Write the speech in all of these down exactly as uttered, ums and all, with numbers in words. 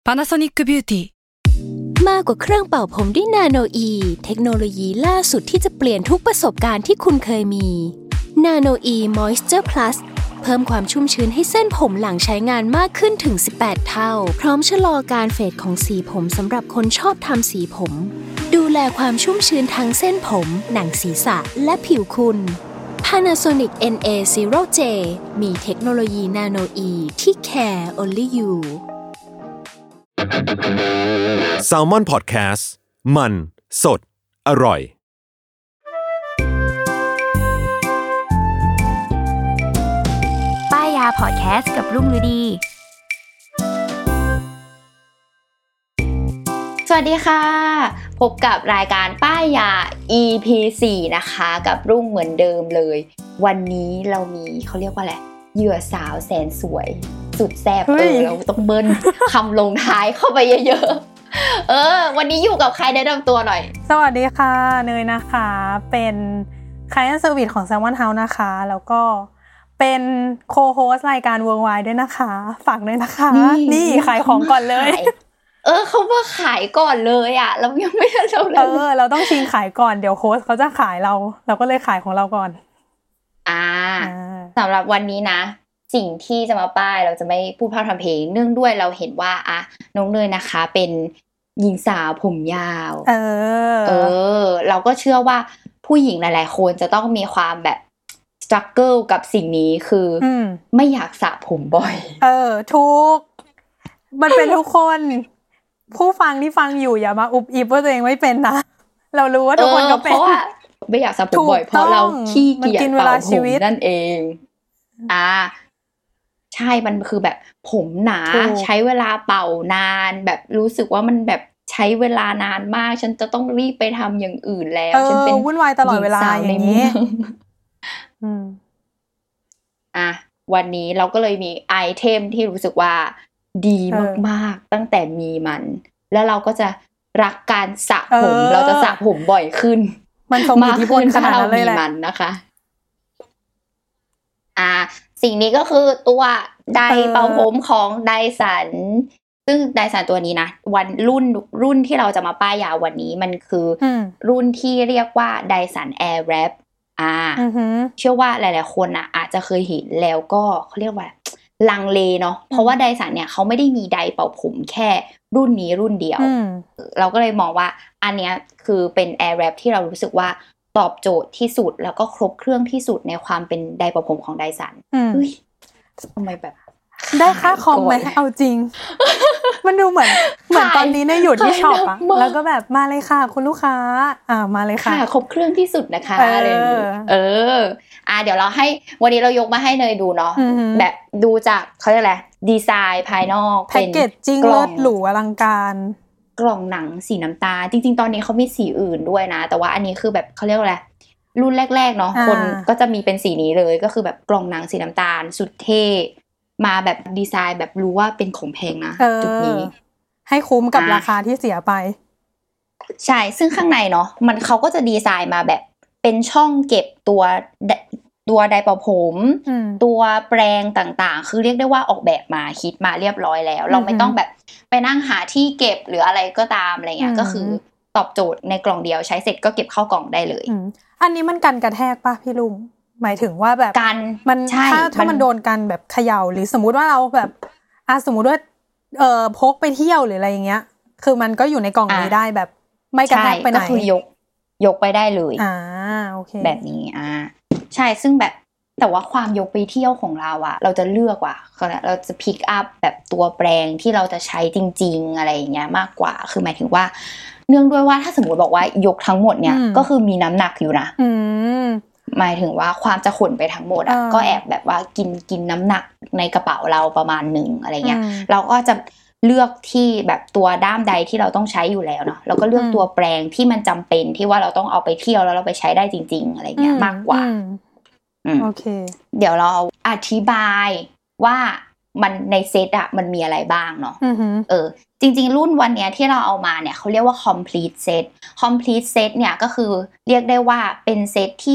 Panasonic Beauty มากกว่าเครื่องเป่าผมด้วยนาโนอีเทคโนโลยีล่าสุดที่จะเปลี่ยนทุกประสบการณ์ที่คุณเคยมีนาโนอีมอยส์เจอร์พลัสเพิ่มความชุ่มชื้นให้เส้นผมหลังใช้งานมากขึ้นถึงสิบแปดเท่าพร้อมชะลอการเฟดของสีผมสำหรับคนชอบทำสีผมดูแลความชุ่มชื้นทั้งเส้นผมหนังศีรษะและผิวคุณ Panasonic เอ็น เอ ศูนย์ เจ มีเทคโนโลยีนาโนอีที่ care only you Salmon Podcast มันสดอร่อยป้ายยาพอดแคสต์กับรุ่งฤดีสวัสดีค่ะพบกับรายการป้ายยา อี พี สี่ นะคะกับรุ่งเหมือนเดิมเลยวันนี้เรามีเขาเรียกว่าอะไรเหยื่อสาวแสนสวยสุดแซ่บเออเราต้องเบิ้ลคำลงท้ายเข้าไปเยอะๆเออวันนี้อยู่กับใครแนะนำตัวหน่อยสวัสดีค่ะเนยนะคะเป็นClient Service ของ Salmon House นะคะแล้วก็เป็นโคโฮสต์รายการ Worldwide ด้วยนะคะฝากด้วยนะคะนี่ขายของก่อนเลยเออเขามาขายก่อนเลยอ่ะเรายังไม่ได้เราเลยเออเราต้องชิงขายก่อนเดี๋ยวโค้ชเขาจะขายเราเราก็เลยขายของเราก่อนอ่าสำหรับวันนี้นะสิ่งที่จะมาป้ายเราจะไม่พูดพร่ำทำเพลงเนื่องด้วยเราเห็นว่าอะน้องเนยนะคะเป็นหญิงสาวผมยาวเออเออเราก็เชื่อว่าผู้หญิงหลายๆคนจะต้องมีความแบบสตรักเกิลกับสิ่งนี้คือไม่อยากสระผมบ่อยเออทุกมันเป็นทุกคนผู้ฟังที่ฟังอยู่อย่ามาอุบอิบว่าตัวเองไม่เป็นนะเรารู้ว่าทุกคนก็เป็นเพราะว่าไม่อยากสระผมบ่อยเพราะเราขี้เกียจเป่าผมนั่นเองอ่าใช่มันคือแบบผมหนาใช้เวลาเป่านานแบบรู้สึกว่ามันแบบใช้เวลานานมากฉันจะต้องรีบไปทำอย่างอื่นแล้วฉันเป็นวุ่นวายตลอดเวลาอย่างนี้อืมอ่ะวันนี้เราก็เลยมีไอเทมที่รู้สึกว่าดีมากๆตั้งแต่มีมันแล้วเราก็จะรักการสระผมเราจะสระผมบ่อยขึ้นมันส่งอิทธิพลขนาดนั้นเลยแหละมันนะคะอ่าสิ่งนี้ก็คือตัวไดร์เป่าผมของไดสันซึ่งไดสันตัวนี้นะวันรุ่นรุ่นที่เราจะมาป้ายยาวันนี้มันคือรุ่นที่เรียกว่าไดสัน Airwrap อ่าเชื่อว่าหลายๆคนอ่ะอาจจะเคยเห็นแล้วก็เขาเรียกว่าลังเลเนาะเพราะว่าไดสันเนี่ยเขาไม่ได้มีไดร์เป่าผมแค่รุ่นนี้รุ่นเดียวเราก็เลยมองว่าอันเนี้ยคือเป็น Airwrap ที่เรารู้สึกว่าตอบโจทย์ที่สุดแล้วก็ครบเครื่องที่สุดในความเป็นไดร์เป่าผมของไดสันเฮ้ยทำไมแบบได้ค่าคอมไหมเอาจริงมันดูเหมือนเหมือนตอนนี้ในอยู่ที่ช็อปอะแล้วก็แบบมาเลยค่ะคุณลูกค้าอ่ามาเลยค่ะครบเครื่องที่สุดนะคะอะไรอย่างงี้เอออ่าเดี๋ยวเราให้วันนี้เรายกมาให้เนยดูเนาะแบบดูจากเขาเรียกอะไรดีไซน์ภายนอกเป็นแพ็คเกจจิ้งเลิศหรูอลังการกล่องหนังสีน้ำตาลจริงๆตอนนี้เขามีสีอื่นด้วยนะแต่ว่าอันนี้คือแบบเขาเรียกว่าอะไรรุ่นแรกๆเนาะคนก็จะมีเป็นสีนี้เลยก็คือแบบกล่องหนังสีน้ำตาลสุดเท่มาแบบดีไซน์แบบรู้ว่าเป็นของแพงนะจุดนี้ให้คุ้มกับราคาที่เสียไปใช่ซึ่งข้างในเนาะมันเขาก็จะดีไซน์มาแบบเป็นช่องเก็บตัวตัวไดร์เป่าผมตัวแปรงต่างๆคือเรียกได้ว่าออกแบบมาคิดมาเรียบร้อยแล้วเราไม่ต้องแบบไปนั่งหาที่เก็บหรืออะไรก็ตามอะไรเงี้ยก็คือตอบโจทย์ในกล่องเดียวใช้เสร็จก็เก็บเข้ากล่องได้เลยอันนี้มันกันกระแทกป่ะพี่ลุงหมายถึงว่าแบบกันมันถ้าถ้ามันโดนกันแบบเขย่าหรือสมมุติว่าเราแบบอ่ะสมมุติว่าเอ่อพกไปเที่ยวหรืออะไรอย่างเงี้ยคือมันก็อยู่ในกล่องนี้ได้แบบไม่กระแทกไปไหนก็คือยกยกไปได้เลยอ่าโอเคแบบนี้อ่าใช่ซึ่งแบบแต่ว่าความยกไปเที่ยวของเราอะเราจะเลือกว่าเราจะพิกอัพแบบตัวแปรงที่เราจะใช้จริงๆอะไรอย่างเงี้ยมากกว่าคือหมายถึงว่าเนื่องด้วยว่าถ้าสมมติบอกว่ายกทั้งหมดเนี่ยก็คือมีน้ำหนักอยู่นะหมายถึงว่าความจะขนไปทั้งหมดอ่ะก็แอบแบบว่ากินกินน้ำหนักในกระเป๋าเราประมาณนึงอะไรเงี้ยเราก็จะเลือกที่แบบตัวด้ามใดที่เราต้องใช้อยู่แล้วเนาะเราก็เลือกตัวแปรงที่มันจำเป็นที่ว่าเราต้องเอาไปเที่ยวแล้วเราไปใช้ได้จริงๆอะไรเงี้ยมากกว่าโอเคเดี๋ยวเราอธิบายว่ามันในเซตอ่ะมันมีอะไรบ้างเนาะเออจริงๆรุ่นวันเนี้ยที่เราเอามาเนี่ยเขาเรียกว่า complete set complete set เนี่ยก็คือเรียกได้ว่าเป็นเซตที่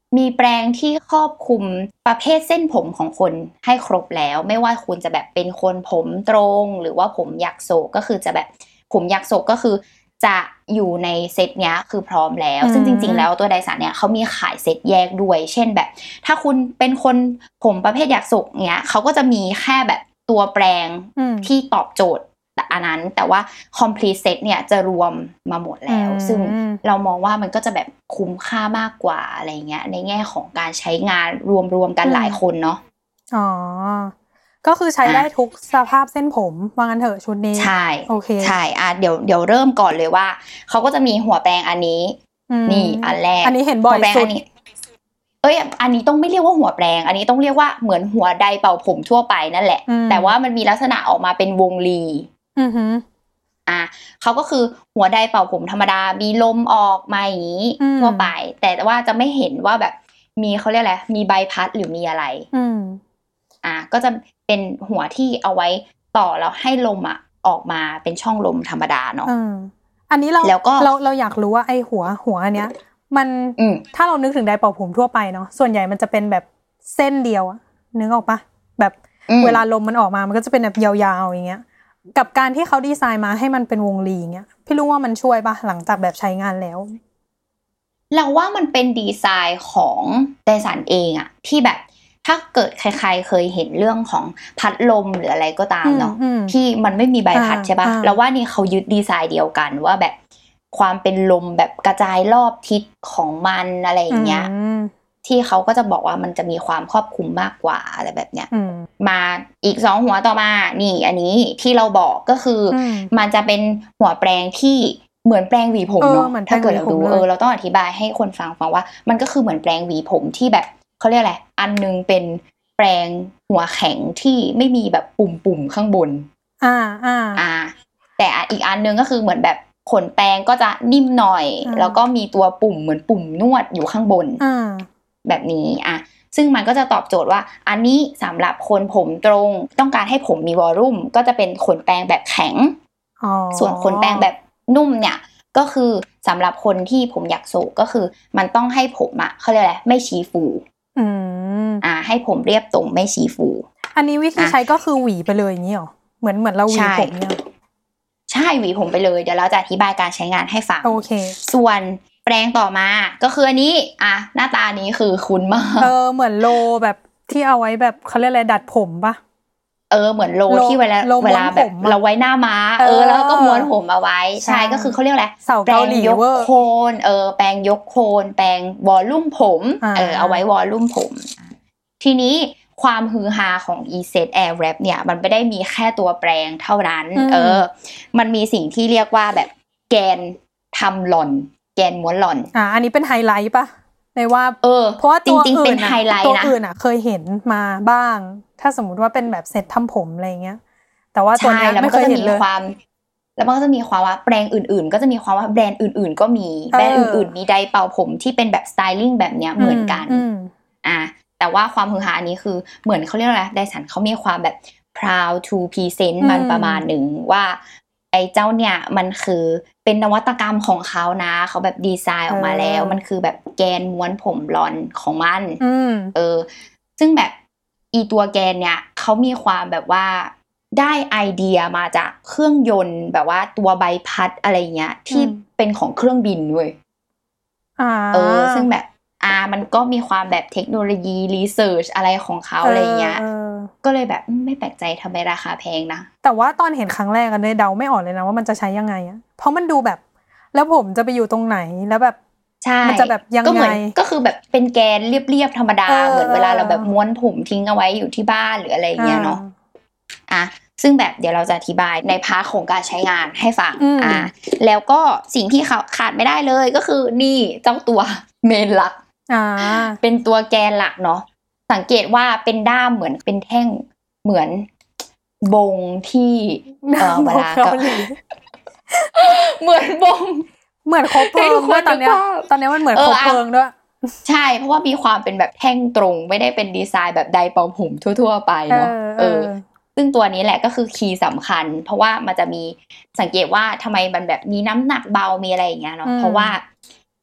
มีแปรงที่ครอบคลุมประเภทเส้นผมของคนให้ครบแล้วไม่ว่าคุณจะแบบเป็นคนผมตรงหรือว่าผมยักโศกก็คือจะแบบผมยักโศกก็คือจะอยู่ในเซตเนี้ยคือพร้อมแล้วซึ่งจริงๆแล้วตัวไดสันเนี่ยเขามีขายเซตแยกด้วยเช่นแบบถ้าคุณเป็นคนผมประเภทยักโศกเนี้ยเขาก็จะมีแค่แบบตัวแปรงที่ตอบโจทย์อันนั้นแต่ว่า complete set เนี่ยจะรวมมาหมดแล้วซึ่งเรามองว่ามันก็จะแบบคุ้มค่ามากกว่าอะไรเงี้ยในแง่ของการใช้งานรวมๆกันหลายคนเนาะอ๋อก็คือใช้ได้ทุกสภาพเส้นผมว่างั้นเถอะชุดนี้ใช่โอเคใช่อ่ะเดี๋ยวเดี๋ยวเริ่มก่อนเลยว่าเขาก็จะมีหัวแปรงอันนี้นี่อันแรกอันนี้เห็นบ่อยสุดเอ้ยอันนี้ต้องไม่เรียกว่าหัวแปรงอันนี้ต้องเรียกว่าเหมือนหัวไดเป่าผมทั่วไปนั่นแหละแต่ว่ามันมีลักษณะออกมาเป็นวงรีอือฮึอ่ะเขาก็คือหัวไดเป่าผมธรรมดามีลมออกมาอย่างนี้ทั่วไปแต่ว่าจะไม่เห็นว่าแบบมีเขาเรียกอะไรมีใบพัดหรือมีอะไรอืมอ่ะก็จะเป็นหัวที่เอาไว้ต่อแล้วให้ลมอ่ะออกมาเป็นช่องลมธรรมดาเนาะอันนี้เราแล้วก็เราเราอยากรู้ว่าไอ้หัวหัวอันเนี้ยมันถ้าเรานึกถึงไดเป่าผมทั่วไปเนาะส่วนใหญ่มันจะเป็นแบบเส้นเดียวอะนึกออกปะแบบเวลาลมมันออกมามันก็จะเป็นแบบยาวๆอย่างเงี้ยกับการที่เขาดีไซน์มาให้มันเป็นวงรีอย่างเงี้ยพี่รู้ว่ามันช่วยปะหลังจากแบบใช้งานแล้วเราว่ามันเป็นดีไซน์ของไดสันเองอะที่แบบถ้าเกิดใครๆเคยเห็นเรื่องของพัดลมหรืออะไรก็ตามเนาะที่มันไม่มีใบพัดใช่ปะแล้วว่านี่เขายึดดีไซน์เดียวกันว่าแบบความเป็นลมแบบกระจายรอบทิศของมันอะไรอย่างเงี้ยที่เขาก็จะบอกว่ามันจะมีความครอบคลุมมากกว่าอะไรแบบเนี้ยมาอีกสองหัวต่อมานี่อันนี้ที่เราบอกก็คือมันจะเป็นหัวแปรงที่เหมือนแปรงหวีผมเนาะถ้าเกิดเราดูเออเราต้องอธิบายให้คนฟังฟังว่ามันก็คือเหมือนแปรงหวีผมที่แบบเขาเรียกอะไรอันนึงเป็นแปรงหัวแข็งที่ไม่มีแบบปุ่มๆข้างบนอ่าอ่าอ่าแต่อีกอันนึงก็คือเหมือนแบบขนแปรงก็จะนิ่มหน่อยแล้วก็มีตัวปุ่มเหมือนปุ่มนวดอยู่ข้างบนอ่าแบบนี้อ่ะซึ่งมันก็จะตอบโจทย์ว่าอันนี้สำหรับคนผมตรงต้องการให้ผมมีวอลลุ่มก็จะเป็นขนแปรงแบบแข็งส่วนขนแปรงแบบนุ่มเนี่ยก็คือสำหรับคนที่ผมอยากโศกก็คือมันต้องให้ผมอ่ะเขาเรียกอะไรไม่ชี้ฟูอืมอ่าให้ผมเรียบตรงไม่ชี้ฟูอันนี้วิธีใช้ก็คือหวีไปเลยอย่างนี้หรอเหมือนเหมือนเราหวีผมเนี่ยใช่หวีผมไปเลยเดี๋ยวเราจะอธิบายการใช้งานให้ฟังโอเคส่วนแปรงต่อมาก็คืออันนี้อ่ะหน้าตานี้คือคุ้นมากเออเหมือนโลแบบที่เอาไว้แบบเขาเรียกอะไรดัดผมปะเออเหมือนโลที่เวลาเวลาแบบเราไว้หน้าม้าเออแล้วก็ม้วนผมเอาไว้ใช่ก็คือเขาเรียกอะไรแปรงยกโคนเออแปรงยกโคนแปรงวอลลุ่มผมเออเอาไว้วอลลุ่มผมทีนี้ความฮือฮาของ E-Set Air Wrap เนี่ยมันไม่ได้มีแค่ตัวแปรงเท่านั้นเออมันมีสิ่งที่เรียกว่าแบบแกนทำหล่อนแกนม้วนหล่อนอ่าอันนี้เป็นไฮไลท์ปะในว่าเออเพราะว่าตัวอื่นนะตัวอื่นอ่ะเคยเห็นมาบ้างถ้าสมมุติว่าเป็นแบบเซ็ตทำผมอะไรเงี้ยแต่ว่าตัวนี้ไม่เคยเห็นเลยแล้วมันก็จะมีความว่าแบรนด์อื่นๆก็จะมีความว่าแบรนด์อื่นๆก็มีแบรนด์อื่นๆมีไดร์เป่าผมที่เป็นแบบสไตลิ่งแบบเนี้ยเหมือนกันอ่ะแต่ว่าความฮือฮาอันนี้คือเหมือนเขาเรียกอะไรไดสันเขามีความแบบ proud to present มันประมาณหนึ่งว่าไอ้เจ้าเนี่ยมันคือเป็นนวัตกรรมของเขานะเขาแบบดีไซน์ออกมาแล้วมันคือแบบแกนม้วนผมบลอนของมันเออซึ่งแบบอีตัวแกนเนี่ยเขามีความแบบว่าได้ไอเดียมาจากเครื่องยนต์แบบว่าตัวใบพัดอะไรเงี้ยที่เป็นของเครื่องบินเว้ยเออซึ่งแบบอ่ามันก็มีความแบบเทคโนโลยีรีเสิร์ชอะไรของเขาอะไรเงี้ยก็เลยแบบไม่แปลกใจทำไมราคาแพงนะแต่ว่าตอนเห็นครั้งแรกกันเลยเดาไม่ออกเลยนะว่ามันจะใช้ยังไงอะเพราะมันดูแบบแล้วผมจะไปอยู่ตรงไหนแล้วแบบใช่มันจะแบบยังไงก็คือแบบเป็นแกนเรียบๆธรรมดาเหมือนเวลาเราแบบม้วนผมทิ้งเอาไว้อยู่ที่บ้านหรืออะไรเงี้ยเนาะอ่ะซึ่งแบบเดี๋ยวเราจะอธิบายในพาร์ทของการใช้งานให้ฟังอ่ะแล้วก็สิ่งที่ขาดไม่ได้เลยก็คือนี่เจ้าตัวเมนหลักอ่าเป็นตัวแกนหลักเนาะสังเกตว่าเป็นด้ามเหมือนเป็นแท่งเหมือนบงที่เอ่อเวลาก็เหมือนบงเหมือนคบเพลิงด้วยตอนเนี้ยตอนนี้มันเหมือนคบเพลิงด้วยใช่เพราะว่ามีความเป็นแบบแท่งตรงไม่ได้เป็นดีไซน์แบบไดร์เป่าผมทั่วๆไปเนาะเออซึ่งตัวนี้แหละก็คือคีย์สำคัญเพราะว่ามันจะมีสังเกตว่าทำไมมันแบบมีน้ำหนักเบามีอะไรอย่างเงี้ยเนาะเพราะว่า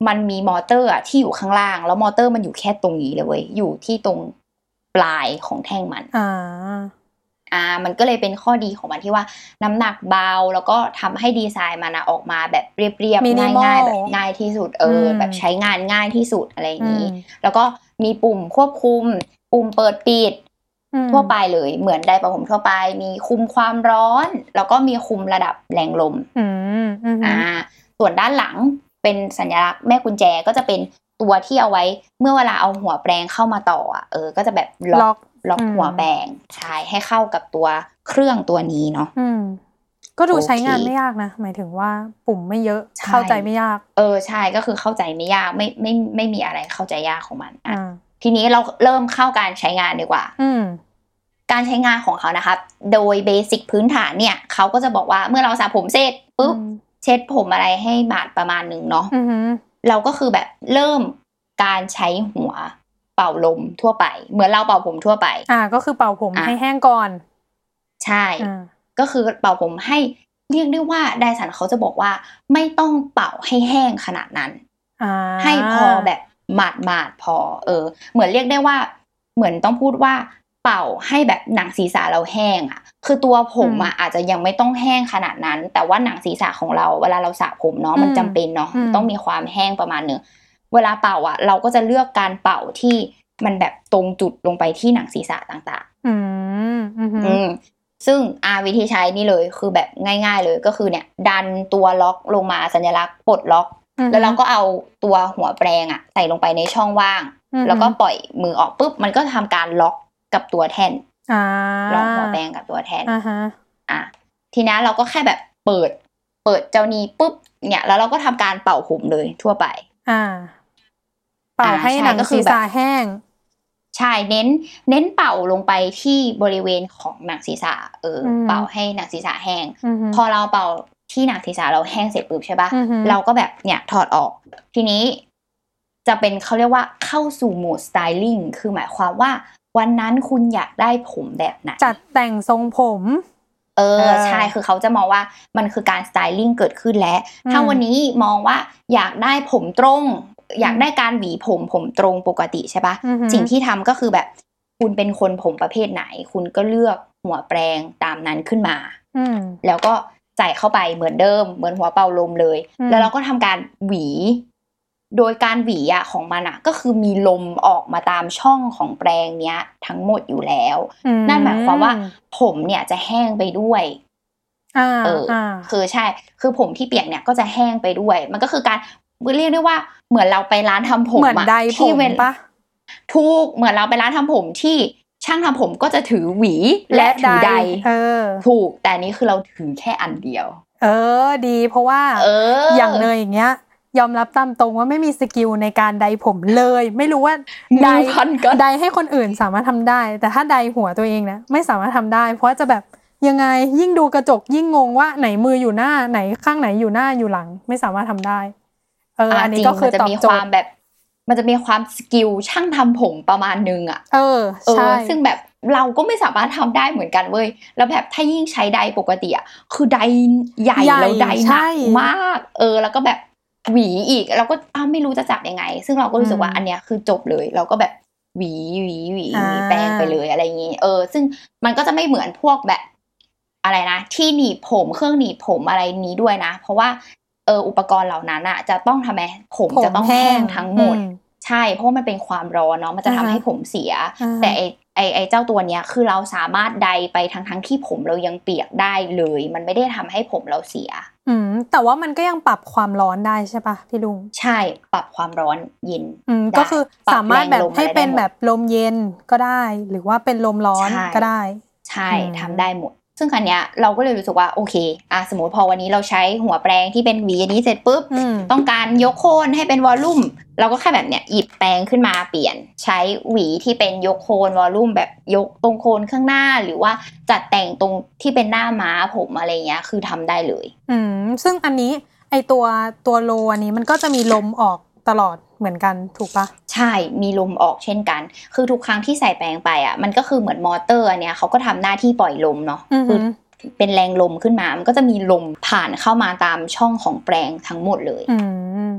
มันมีมอเตอร์อ่ะที่อยู่ข้างล่างแล้วมอเตอร์มันอยู่แค่ตรงนี้เลยเว้ยอยู่ที่ตรงปลายของแท่งมันอ่าอ่ามันก็เลยเป็นข้อดีของมันที่ว่าน้ำหนักเบาแล้วก็ทำให้ดีไซน์มันออกมาแบบเรียบๆง่ายๆแบบง่ายที่สุดเออแบบใช้งานง่ายที่สุดอะไรอย่างนี้แล้วก็มีปุ่มควบคุมปุ่มเปิดปิดทั่วไปเลยเหมือนไดร์เป่าผมทั่วไปมีคุมความร้อนแล้วก็มีคุมระดับแรงลมอ่าส่วนด้านหลังเป็นสัญลักษณ์แม่กุญแจก็จะเป็นตัวที่เอาไว้เมื่อเวลาเอาหัวแปรงเข้ามาต่ออ่ะเออก็จะแบบล็อกล็อกหัวแปรงใช่ให้เข้ากับตัวเครื่องตัวนี้เนาะก็ดูใช้งานไม่ยากนะหมายถึงว่าปุ่มไม่เยอะเข้าใจไม่ยากเออใช่ก็คือเข้าใจไม่ยากไม่ไม่ไม่มีอะไรเข้าใจยากของมันอ่ะทีนี้เราเริ่มเข้าการใช้งานดีกว่าการใช้งานของเขานะครับโดยเบสิกพื้นฐานเนี่ยเขาก็จะบอกว่าเมื่อเราสระผมเสร็จปุ๊บเช็ดผมอะไรให้หมาดประมาณนึงเนาะเราก็คือแบบเริ่มการใช้หัวเป่าลมทั่วไปเหมือนเราเป่าผมทั่วไปอ่าก็คือเป่าผมให้แห้งก่อนใช่ก็คือเป่าผมให้เรียกได้ว่าไดสันเขาจะบอกว่าไม่ต้องเป่าให้แห้งขนาดนั้นให้พอแบบหมาดหมาดพอเออเหมือนเรียกได้ว่าเหมือนต้องพูดว่าเป่าให้แบบหนังศีรษะเราแห้งอ่ะคือตัวผมอ่ะอาจจะยังไม่ต้องแห้งขนาดนั้นแต่ว่าหนังศีรษะของเราเวลาเราสระผมเนาะมันจำเป็นเนาะต้องมีความแห้งประมาณนึงเวลาเป่าอ่ะเราก็จะเลือกการเป่าที่มันแบบตรงจุดลงไปที่หนังศีรษะต่างๆอืมอืมซึ่งอาวิธีใช้นี่เลยคือแบบง่ายๆเลยก็คือเนี่ยดันตัวล็อกลงมาสัญลักษณ์ปลดล็อกแล้วเราก็เอาตัวหัวแปรงอ่ะใส่ลงไปในช่องว่างแล้วก็ปล่อยมือออกปุ๊บมันก็ทำการล็อกกับตัวแท่นล็อกหัวแปรงกับตัวแท่นอ่ะทีนี้เราก็แค่แบบเปิดเปิดเจ้านี้ปุ๊บเนี่ยแล้วเราก็ทำการเป่าผมเลยทั่วไปอ่าเป่าให้หนังศีรษะแห้งใช่เน้นเน้นเป่าลงไปที่บริเวณของหนังศีรษะเออเป่าให้หนังศีรษะแห้งพอเราเป่าที่หนังศีรษะเราแห้งเสร็จปุ๊บใช่ป่ะเราก็แบบเนี่ยถอดออกทีนี้จะเป็นเขาเรียกว่าเข้าสู่โหมดสไตลิ่งคือหมายความว่าวันนั้นคุณอยากได้ผมแบบไหนจัดแต่งทรงผมเออใช่คือเขาจะมองว่ามันคือการสไตลิ่งเกิดขึ้นแล้วถ้าวันนี้มองว่าอยากได้ผมตรงอยากได้การหวีผมผมตรงปกติใช่ปะสิ่งที่ทำก็คือแบบคุณเป็นคนผมประเภทไหนคุณก็เลือกหัวแปรงตามนั้นขึ้นมาแล้วก็ใส่เข้าไปเหมือนเดิมเหมือนหัวเป่าลมเลยแล้วเราก็ทำการหวีโดยการหวีอ่ะของมันอ่ะก็คือมีลมออกมาตามช่องของแปรงเนี้ยทั้งหมดอยู่แล้วนั่นหมายความว่าผมเนี่ยจะแห้งไปด้วยเออคือใช่คือผมที่เปียกเนี่ยก็จะแห้งไปด้วยมันก็คือการเรียกได้ว่าเหมือนเราไปร้านทำผมอะที่เว้นปะถูกเหมือนเราไปร้านทำผมที่ช่างทำผมก็จะถือหวีและถือไดถูกแต่นี้คือเราถือแค่อันเดียวเออดีเพราะว่าเอออย่างเนยอย่างเงี้ยยอมรับตามตรงว่าไม่มีสกิลในการไดผมเลยไม่รู้ว่าไดไดให้คนอื่นสามารถทำได้แต่ถ้าไดหัวตัวเองนะไม่สามารถทำได้เพราะจะแบบยังไงยิ่งดูกระจกยิ่งงงว่าไหนมืออยู่หน้าไหนข้างไหนอยู่หน้าอยู่หลังไม่สามารถทำได้เอออันนี้ก็คือตอบโจทย์แบบมันจะมีความสกิลช่างทำผมประมาณนึงอ่ะเออใช่ซึ่งแบบเราก็ไม่สามารถทำได้เหมือนกันเว้ยแล้วแบบถ้ายิ่งใช้ไดปกติอ่ะคือไดใหญ่แล้วไดหนักมากเออแล้วก็แบบหวีอีกเราก็อ้าวไม่รู้จะจับยังไงซึ่งเราก็รู้สึกว่าอันเนี้ยคือจบเลยเราก็แบบหวีหวีหวีแปรงไปเลยอะไรอย่างงี้เออซึ่งมันก็จะไม่เหมือนพวกแบบอะไรนะที่หนีบผมเครื่องหนีบผมอะไรนี้ด้วยนะเพราะว่าเอออุปกรณ์เหล่านั้นอ่ะจะต้องทำไมผมจะต้องแห้งทั้งหมดใช่เพราะมันเป็นความร้อนเนาะมันจะทำให้ผมเสียแต่ไอไอไอเจ้าตัวเนี้ยคือเราสามารถไดไปทั้งทั้งที่ผมเรายังเปียกได้เลยมันไม่ได้ทำให้ผมเราเสียอืมแต่ว่ามันก็ยังปรับความร้อนได้ใช่ปะพี่ลุงใช่ปรับความร้อนเย็นอืมก็คือสามารถแบบให้เป็นแบบลมเย็นก็ได้หรือว่าเป็นลมร้อนก็ได้ใช่ทำได้หมดซึ่งครั้งเนี้ยเราก็เลยรู้สึกว่าโอเคอ่ะสมมติพอวันนี้เราใช้หัวแปรงที่เป็นหวีอันนี้เสร็จปุ๊บต้องการยกโคนให้เป็นวอลลุ่มเราก็แค่แบบเนี้ยหยิบแปรงขึ้นมาเปลี่ยนใช้หวีที่เป็นยกโคนวอลลุ่มแบบยกตรงโคนข้างหน้าหรือว่าจัดแต่งตรงที่เป็นหน้าม้าผมอะไรเงี้ยคือทำได้เลยอืมซึ่งอันนี้ไอตัวตัวโลอันนี้มันก็จะมีลมออกตลอดเหมือนกันถูกปะใช่มีลมออกเช่นกันคือทุกครั้งที่ใส่แปรงไปอ่ะมันก็คือเหมือนมอเตอร์อันเนี้ยเขาก็ทำหน้าที่ปล่อยลมเนาะคือเป็นแรงลมขึ้นมามันก็จะมีลมผ่านเข้ามาตามช่องของแปรงทั้งหมดเลย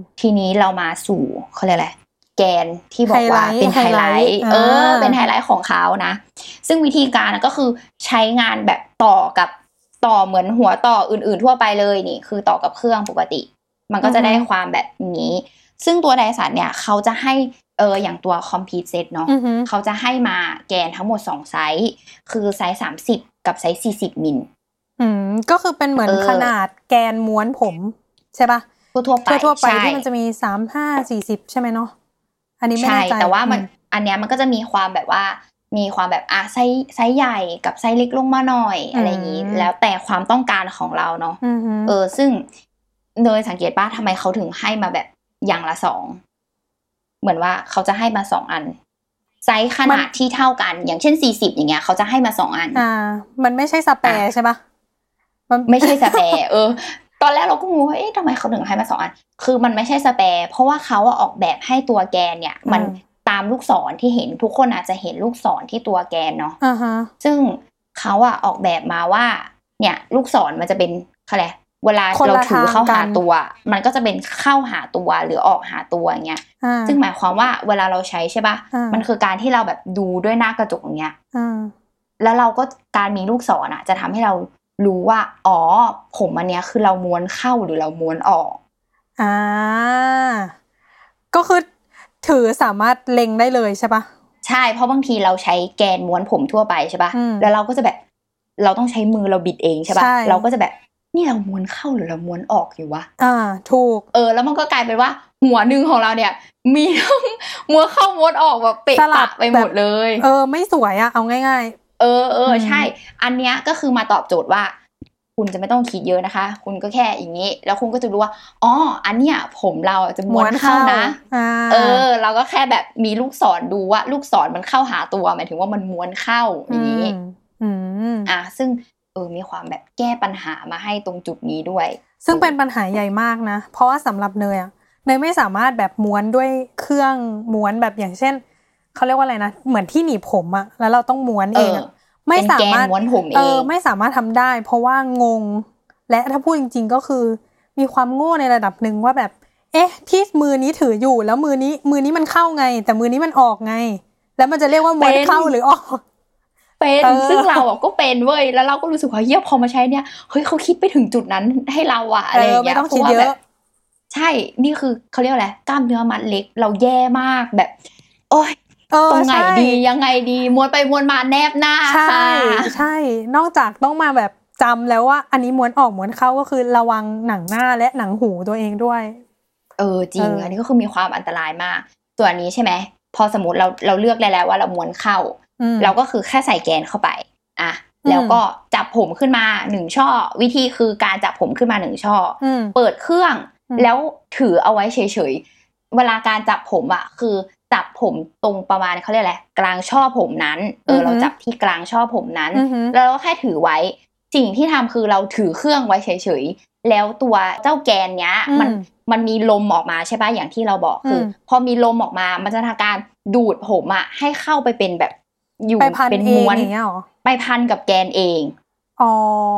ทีนี้เรามาสู่เขาเรียกอะไรแกนที่บอกว่าเป็นไฮไลท์เออเป็นไฮไลท์ของเขานะซึ่งวิธีการก็คือใช้งานแบบต่อกับต่อเหมือนหัวต่ออื่นๆทั่วไปเลยนี่คือต่อกับเครื่องปกติมันก็จะได้ความแบบนี้ซึ่งตัวไดสันเนี่ยเขาจะให้เอออย่างตัว Complete Set เนาะเขาจะให้มาแกนทั้งหมดสองไซส์คือไซส์สามสิบกับไซส์สี่สิบมิลอืมก็คือเป็นเหมือนขนาดแกนม้วนผมใช่ป่ะทั่วๆไปทั่วๆไปที่มันจะมีสาม ห้า สี่สิบใช่มั้ยเนาะอันนี้ไม่แน่ใจแต่ว่ามันอันเนี้ยมันก็จะมีความแบบว่ามีความแบบอ่ะไซส์ไซส์ใหญ่กับไซส์เล็กลงมาหน่อยอะไรอย่างนี้แล้วแต่ความต้องการของเราเนาะเออซึ่งเนยสังเกตป่ะทำไมเขาถึงให้มาแบบอย่างละสองเหมือนว่าเขาจะให้มาสองอันไซส์ขนาดที่เท่ากันอย่างเช่นสี่สิบอย่างเงี้ยเขาจะให้มาสองอันอ่ามันไม่ใช่สแปร์ใช่ป่ะมันไม่ใช่สแปร์เออตอนแรกเราก็งงว่าเอ๊ะทำไมเขาถึงให้มาสองอันคือมันไม่ใช่สแปร์เพราะว่าเขาออกแบบให้ตัวแกนเนี่ยมันตามลูกศรที่เห็นทุกคนอาจจะเห็นลูกศรที่ตัวแกนเนาะ uh-huh. ซึ่งเขาอะออกแบบมาว่าเนี่ยลูกศรมันจะเป็นอะไรเวลาเราถือเข้าหาตัวมันก็จะเป็นเข้าหาตัวหรือออกหาตัวอย่างเงี้ย uh-huh. ซึ่งหมายความว่าเวลาเราใช้ใช่ป่ะ uh-huh. มันคือการที่เราแบบดูด้วยหน้ากระจกอย่างเงี้ย uh-huh. แล้วเราก็การมีลูกศรอะจะทำให้เรารู้ว่าอ๋อผมอันเนี้ยคือเราม้วนเข้าหรือเราม้วนออกอ่าก็คือถือสามารถเล็งได้เลยใช่ปะใช่เพราะบางทีเราใช้แกนม้วนผมทั่วไปใช่ปะแล้วเราก็จะแบบเราต้องใช้มือเราบิดเองใช่ปะเราก็จะแบบนี่เราม้วนเข้าหรือเราม้วนออกอยู่วะอ่าถูกเออแล้วมันก็กลายเป็นว่าหัวนึงของเราเนี่ยมีทั้งม้วนเข้าม้วนออกแบบเปะปะไปหมดเลยเออไม่สวยอะเอาง่ายๆเออเออใช่อันเนี้ยก็คือมาตอบโจทย์ว่าคุณจะไม่ต้องคิดเยอะนะคะคุณก็แค่อย่างนี้แล้วคุณก็จะรู้ว่าอ๋ออันเนี้ยผมเราจะม้วนเข้านะเออเราก็แค่แบบมีลูกศรดูว่าลูกศรมันเข้าหาตัวหมายถึงว่ามันม้วนเข้าอย่างนี้อ่ะซึ่งเออมีความแบบแก้ปัญหามาให้ตรงจุดนี้ด้วยซึ่งเป็นปัญหาใหญ่มากนะเพราะว่าสำหรับเนยอะเนยไม่สามารถแบบม้วนด้วยเครื่องม้วนแบบอย่างเช่นเขาเรียกว่าอะไรนะเหมือนที่หนีบผมอะแล้วเราต้องม้วนเองอะไม่สามารถเออไม่สามารถทำได้เพราะว่างงและถ้าพูดจริงๆก็คือมีความโง่ในระดับหนึ่งว่าแบบเอ๊ะที่มือนี้ถืออยู่แล้วมือนี้มือนี้มันเข้าไงแต่มือนี้มันออกไงแล้วมันจะเรียกว่าม้วนเข้าหรือออกเป็นซึ่งเราอ่ะก็เป็นเว้ยแล้วเราก็รู้สึกว่าเหี้ยพอมาใช้เนี่ยเฮ้ยเขาคิดไปถึงจุดนั้นให้เราอะอะไรอย่างเงี้ยไม่ต้องคิดเยอะใช่นี่คือเขาเรียกอะไรกล้ามเนื้อมัดเล็กเราแย่มากแบบโอ๊ยตรงไหนดียังไงดีม้วนไปม้วนมาแนบหน้าค่ะใช่ใช่นอกจากต้องมาแบบจำแล้วว่าอันนี้ม้วนออกม้วนเข้าก็คือระวังหนังหน้าและหนังหูตัวเองด้วยเออจริงอันนี้ก็คือมีความอันตรายมากตัวนี้ใช่ไหมพอสมมติเราเราเลือกได้แล้วว่าเราม้วนเข้าเราก็คือแค่ใส่แกนเข้าไปอ่ะแล้วก็จับผมขึ้นมาหนึ่งช่อวิธีคือการจับผมขึ้นมาหนึ่งช่อเปิดเครื่องแล้วถือเอาไว้เฉยๆเวลาการจับผมอ่ะคือจับผมตรงประมาณเขาเรียกอะไรกลางช่อผมนั้นเออเราจับที่กลางช่อผมนั้นแล้วเราแค่ถือไว้สิ่งที่ทำคือเราถือเครื่องไว้เฉยๆแล้วตัวเจ้าแกนเนี้ยมันมันมีลมออกมาใช่ป่ะอย่างที่เราบอกคือพอมีลมออกมามันจะทำการดูดผมอ่ะให้เข้าไปเป็นแบบอยู่เป็นม้วนไปพันกับแกนเองอ๋อ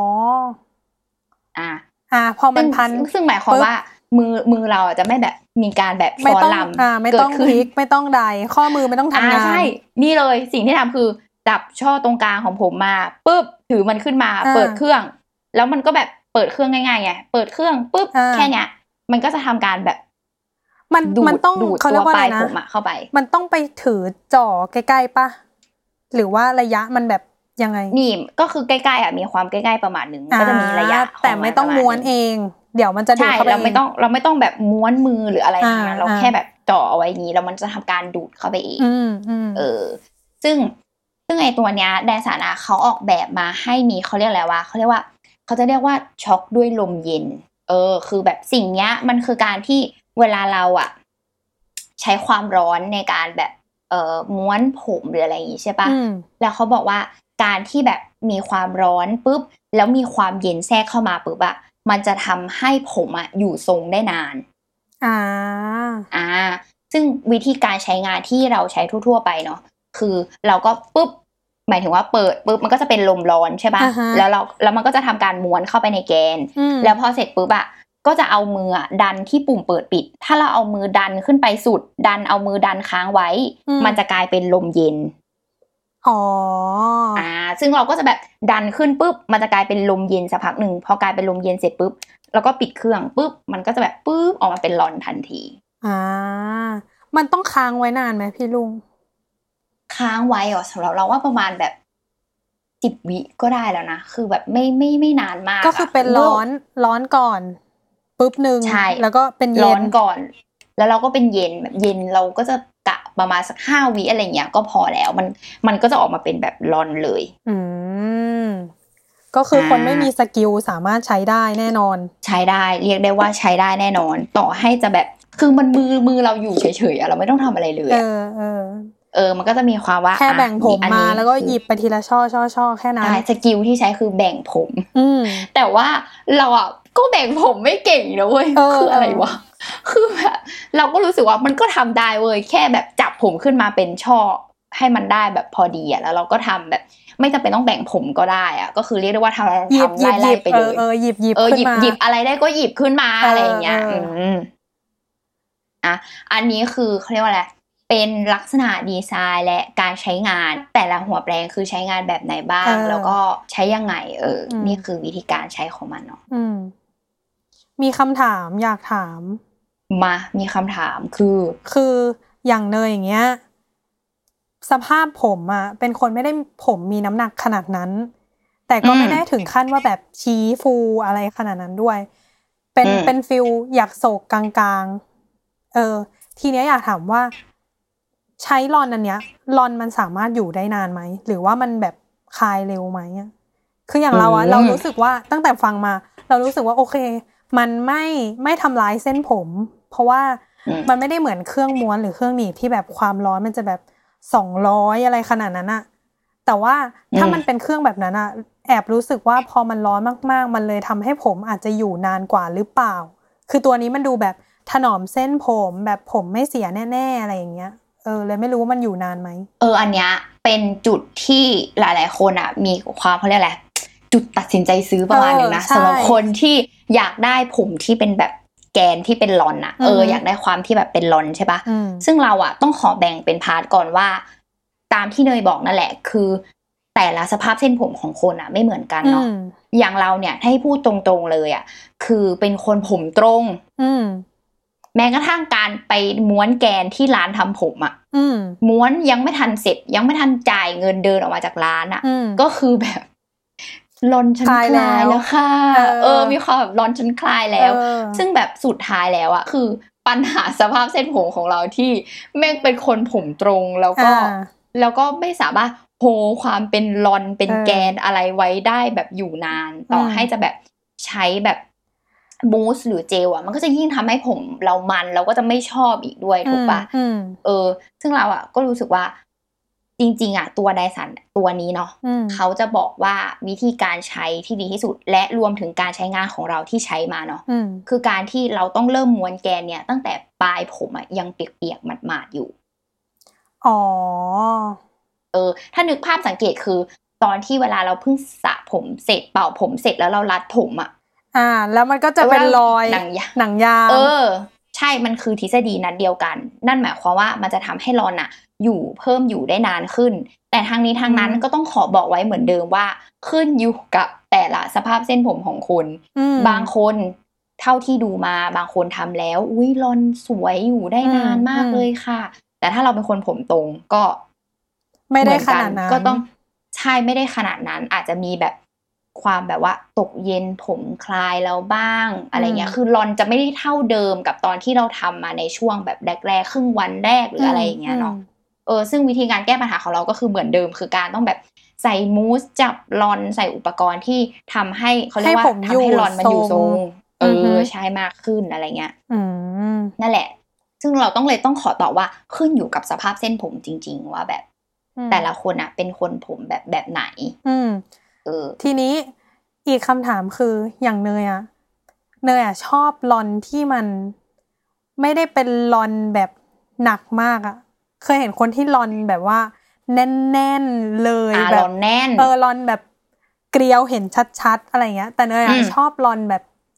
อ่ะอ่ะพอมันพันซึ่งหมายความว่ามือมือเราจะไม่แบบมีการแบบฟ้อนลำไม่ต้องพลิกไม่ต้องใดข้อมือไม่ต้องทำงานใช่นี่เลยสิ่งที่ทำคือจับช่อตรงกลางของผมมาปุ๊บถือมันขึ้นมาเปิดเครื่องแล้วมันก็แบบเปิดเครื่องง่ายๆไงเปิดเครื่องปุ๊บแค่เนี้ยมันก็จะทำการแบบมันมันต้องเขาเรียกว่าอะไรนะเข้าไปมันต้องไปถือจ่อใกล้ๆป่ะหรือว่าระยะมันแบบยังไงนี่ก็คือใกล้ๆอ่ะมีความใกล้ๆประมาณนึงก็จะมีระยะแต่ไม่ต้องม้วนเองเดี๋ยวมันจะดูดเข้าไปเราไม่ต้องเราไม่ต้องแบบม้วนมือหรืออะไรทั้งนั้นเราแค่แบบจ่อเอาไว้อย่างนี้แล้วมันจะทำการดูดเข้าไปเองเออซึ่งซึ่งไอตัวเนี้ยไดสันอ่ะเขาออกแบบมาให้มีเขาเรียกอะไรวะเขาเรียกว่าเขาจะเรียกว่าช็อคด้วยลมเย็นเออคือแบบสิ่งเนี้ยมันคือการที่เวลาเราอ่ะใช้ความร้อนในการแบบเอ่อม้วนผมหรืออะไรอย่างงี้ใช่ปะแล้วเขาบอกว่าการที่แบบมีความร้อนปุ๊บแล้วมีความเย็นแทรกเข้ามาปุ๊บอะมันจะทำให้ผมอะอยู่ทรงได้นานอ่าอ่าซึ่งวิธีการใช้งานที่เราใช้ทั่วๆไปเนาะคือเราก็ปุ๊บหมายถึงว่าเปิดปุ๊บมันก็จะเป็นลมร้อนใช่ปะ uh-huh. แล้วเราแล้วมันก็จะทำการม้วนเข้าไปในแกนแล้วพอเสร็จปุ๊บอะก็จะเอามือดันที่ปุ่มเปิดปิดถ้าเราเอามือดันขึ้นไปสุดดันเอามือดันค้างไว้มันจะกลายเป็นลมเย็นอ๋ออ่าซึ่งเราก็จะแบบดันขึ้นปุ๊บมันจะกลายเป็นลมเย็นสักพักหนึ่งพอกลายเป็นลมเย็นเสร็จปุ๊บแล้วก็ปิดเครื่องปุ๊บมันก็จะแบบปุ๊บออกมาเป็นร้อนทันทีอ่ามันต้องค้างไว้นานไหมพี่ลุงค้างไว้อ๋อสำหรับเราว่าประมาณแบบสิบวิก็ได้แล้วนะคือแบบไม่ไม่ไม่นานมากก็คือเป็นร้อนร้อนก่อนปุ๊บนึงแล้วก็เป็นเย็นร้อนก่อนแล้วเราก็เป็นเย็นแบบเย็นเราก็จะกะประมาณสักห้าวิอะไรเงี้ยก็พอแล้วมันมันก็จะออกมาเป็นแบบร้อนเลยอืมก็คือคนไม่มีสกิลสามารถใช้ได้แน่นอนใช้ได้เรียกได้ว่าใช้ได้แน่นอนต่อให้จะแบบคือมันมือมือเราอยู่เฉยๆเราไม่ต้องทำอะไรเลยเออเออเออมันก็จะมีความว่าแค่แบ่งผมมาแล้วก็หยิบไปทีละช่อช่อช่อแค่นั้นใช่สกิลที่ใช้คือแบ่งผมแต่ว่าเราอ่ะก็แบ่งผมไม่เก่งนะเว้ยคืออะไรวะคือแบบเราก็รู้สึกว่ามันก็ทำได้เว้ยแค่แบบจับผมขึ้นมาเป็นช่อให้มันได้แบบพอดีอ่ะแล้วเราก็ทำแบบไม่จำเป็นต้องแบ่งผมก็ได้อ่ะก็คือเรียกได้ว่าทำทำไล่ๆไปเลยเออหยิบหยิบเออหยิบหยิบอะไรได้ก็หยิบขึ้นมาอะไรอย่างเงี้ยอืมอ่ะอันนี้คือเขาเรียกว่าอะไรเป็นลักษณะดีไซน์และการใช้งานแต่ละหัวแปรงคือใช้งานแบบไหนบ้างแล้วก็ใช้ยังไงเออนี่คือวิธีการใช้ของมันเนาะมีคำถามอยากถามมามีคำถามคือคืออย่างเนยอย่างเงี้ยสภาพผมอ่ะเป็นคนไม่ได้ผมมีน้ำหนักขนาดนั้นแต่ก็ไม่ได้ถึงขั้นว่าแบบชี้ฟูอะไรขนาดนั้นด้วยเป็นเป็นฟิลอยากโศกกลางๆเออทีเนี้ยอยากถามว่าใช้ลอนอันเนี้ยลอนมันสามารถอยู่ได้นานไหมหรือว่ามันแบบคลายเร็วไหมอ่ะคืออย่างเราอ่ะเรารู้สึกว่าตั้งแต่ฟังมาเรารู้สึกว่าโอเคมันไม่ไม่ทำร้ายเส้นผมเพราะว่ามันไม่ได้เหมือนเครื่องม้วนหรือเครื่องหนีบที่แบบความร้อนมันจะแบบสองร้อยอะไรขนาดนั้นอะแต่ว่าถ้ามันเป็นเครื่องแบบนั้นอะแอบรู้สึกว่าพอมันร้อนมากๆมันเลยทำให้ผมอาจจะอยู่นานกว่าหรือเปล่าคือตัวนี้มันดูแบบถนอมเส้นผมแบบผมไม่เสียแน่ๆอะไรอย่างเงี้ยเออเลยไม่รู้ว่ามันอยู่นานไหมเอออันเนี้ยเป็นจุดที่หลายๆคนอะมีความเขาเรียกอะไรจุดตัดสินใจซื้อประมาณนึงนะสำหรับคนที่อยากได้ผมที่เป็นแบบแกนที่เป็นลอนอะเอออยากได้ความที่แบบเป็นลอนใช่ปะซึ่งเราอะต้องขอแบ่งเป็นพาร์ทก่อนว่าตามที่เนยบอกนั่นแหละคือแต่ละสภาพเส้นผมของคนอะไม่เหมือนกันเนาะอย่างเราเนี่ยถ้าให้พูดตรงๆเลยอะคือเป็นคนผมตรงแม้กระทั่งการไปม้วนแกนที่ร้านทำผมอะม้วนยังไม่ทันเสร็จยังไม่ทันจ่ายเงินเดินออกมาจากร้านอะก็คือแบบลอนฉันคลายแล้วค่ะเออมีความแบบลอนฉันคลายแล้วซึ่งแบบสุดท้ายแล้วอะคือปัญหาสภาพเส้นผมของเราที่แม่งเป็นคนผมตรงแล้วก็แล้วก็ไม่สามารถโฮความเป็นลอนเป็นแกนอะไรไว้ได้แบบอยู่นานต่อให้จะแบบใช้แบบมูสหรือเจลอะมันก็จะยิ่งทำให้ผมเรามันเราก็จะไม่ชอบอีกด้วยถูกปะเออซึ่งเราอะก็รู้สึกว่าจริงๆอ่ะตัวไดสันตัวนี้เนาะเขาจะบอกว่าวิธีการใช้ที่ดีที่สุดและรวมถึงการใช้งานของเราที่ใช้มาเนาะคือการที่เราต้องเริ่มม้วนแกนเนี่ยตั้งแต่ปลายผมอ่ะยังเปียกๆหมาดๆอยู่อ๋อเออถ้านึกภาพสังเกตคือตอนที่เวลาเราเพิ่งสระผมเสร็จเป่าผมเสร็จแล้วเรารัดผมอ่ะอ่าแล้วมันก็จะเป็นรอยหนังยางหนังยางเออใช่มันคือทฤษฎีนั้นเดียวกันนั่นหมายความว่ามันจะทำให้ลอนอะอยู่เพิ่มอยู่ได้นานขึ้นแต่ทางนี้ทางนั้นก็ต้องขอบอกไว้เหมือนเดิมว่าขึ้นอยู่กับแต่ละสภาพเส้นผมของคุณบางคนเท่าที่ดูมาบางคนทำแล้วอุ้ยลอนสวยอยู่ได้นานมากเลยค่ะแต่ถ้าเราเป็นคนผมตรงก็ไม่ได้ขนาดนั้นก็ต้องใช่ไม่ได้ขนาดนั้นอาจจะมีแบบความแบบว่าตกเย็นผมคลายแล้วบ้างอะไรเงี้ยคือลอนจะไม่ได้เท่าเดิมกับตอนที่เราทำมาในช่วงแบบแรกๆครึ่งวันแรกหรืออะไรอย่างเงี้ยเนาะเออซึ่งวิธีการแก้ปัญหาของเราก็คือเหมือนเดิมคือการต้องแบบใส่มูสจับลอนใส่อุปกรณ์ที่ทำให้เขาเรียกว่าทำให้ลอนมันอยู่ทรงเออใช้มากขึ้นอะไรเงี้ยนั่นแหละซึ่งเราต้องเลยต้องขอตอบว่าขึ้นอยู่กับสภาพเส้นผมจริงๆว่าแบบแต่ละคนอะเป็นคนผมแบบแบบไหนทีนี้อีกคำถามคืออย่างเนยอะเนยอะชอบลอนที่มันไม่ได้เป็นลอนแบบหนักมากอะเคยเห็นคนที่ลอนแบบว่าแน่นๆเลยแบบลอนแน่นเออลอนแบบเกลียวเห็นชัดๆอะไรเงี้ยแต่เนยอะชอบลอนแบบ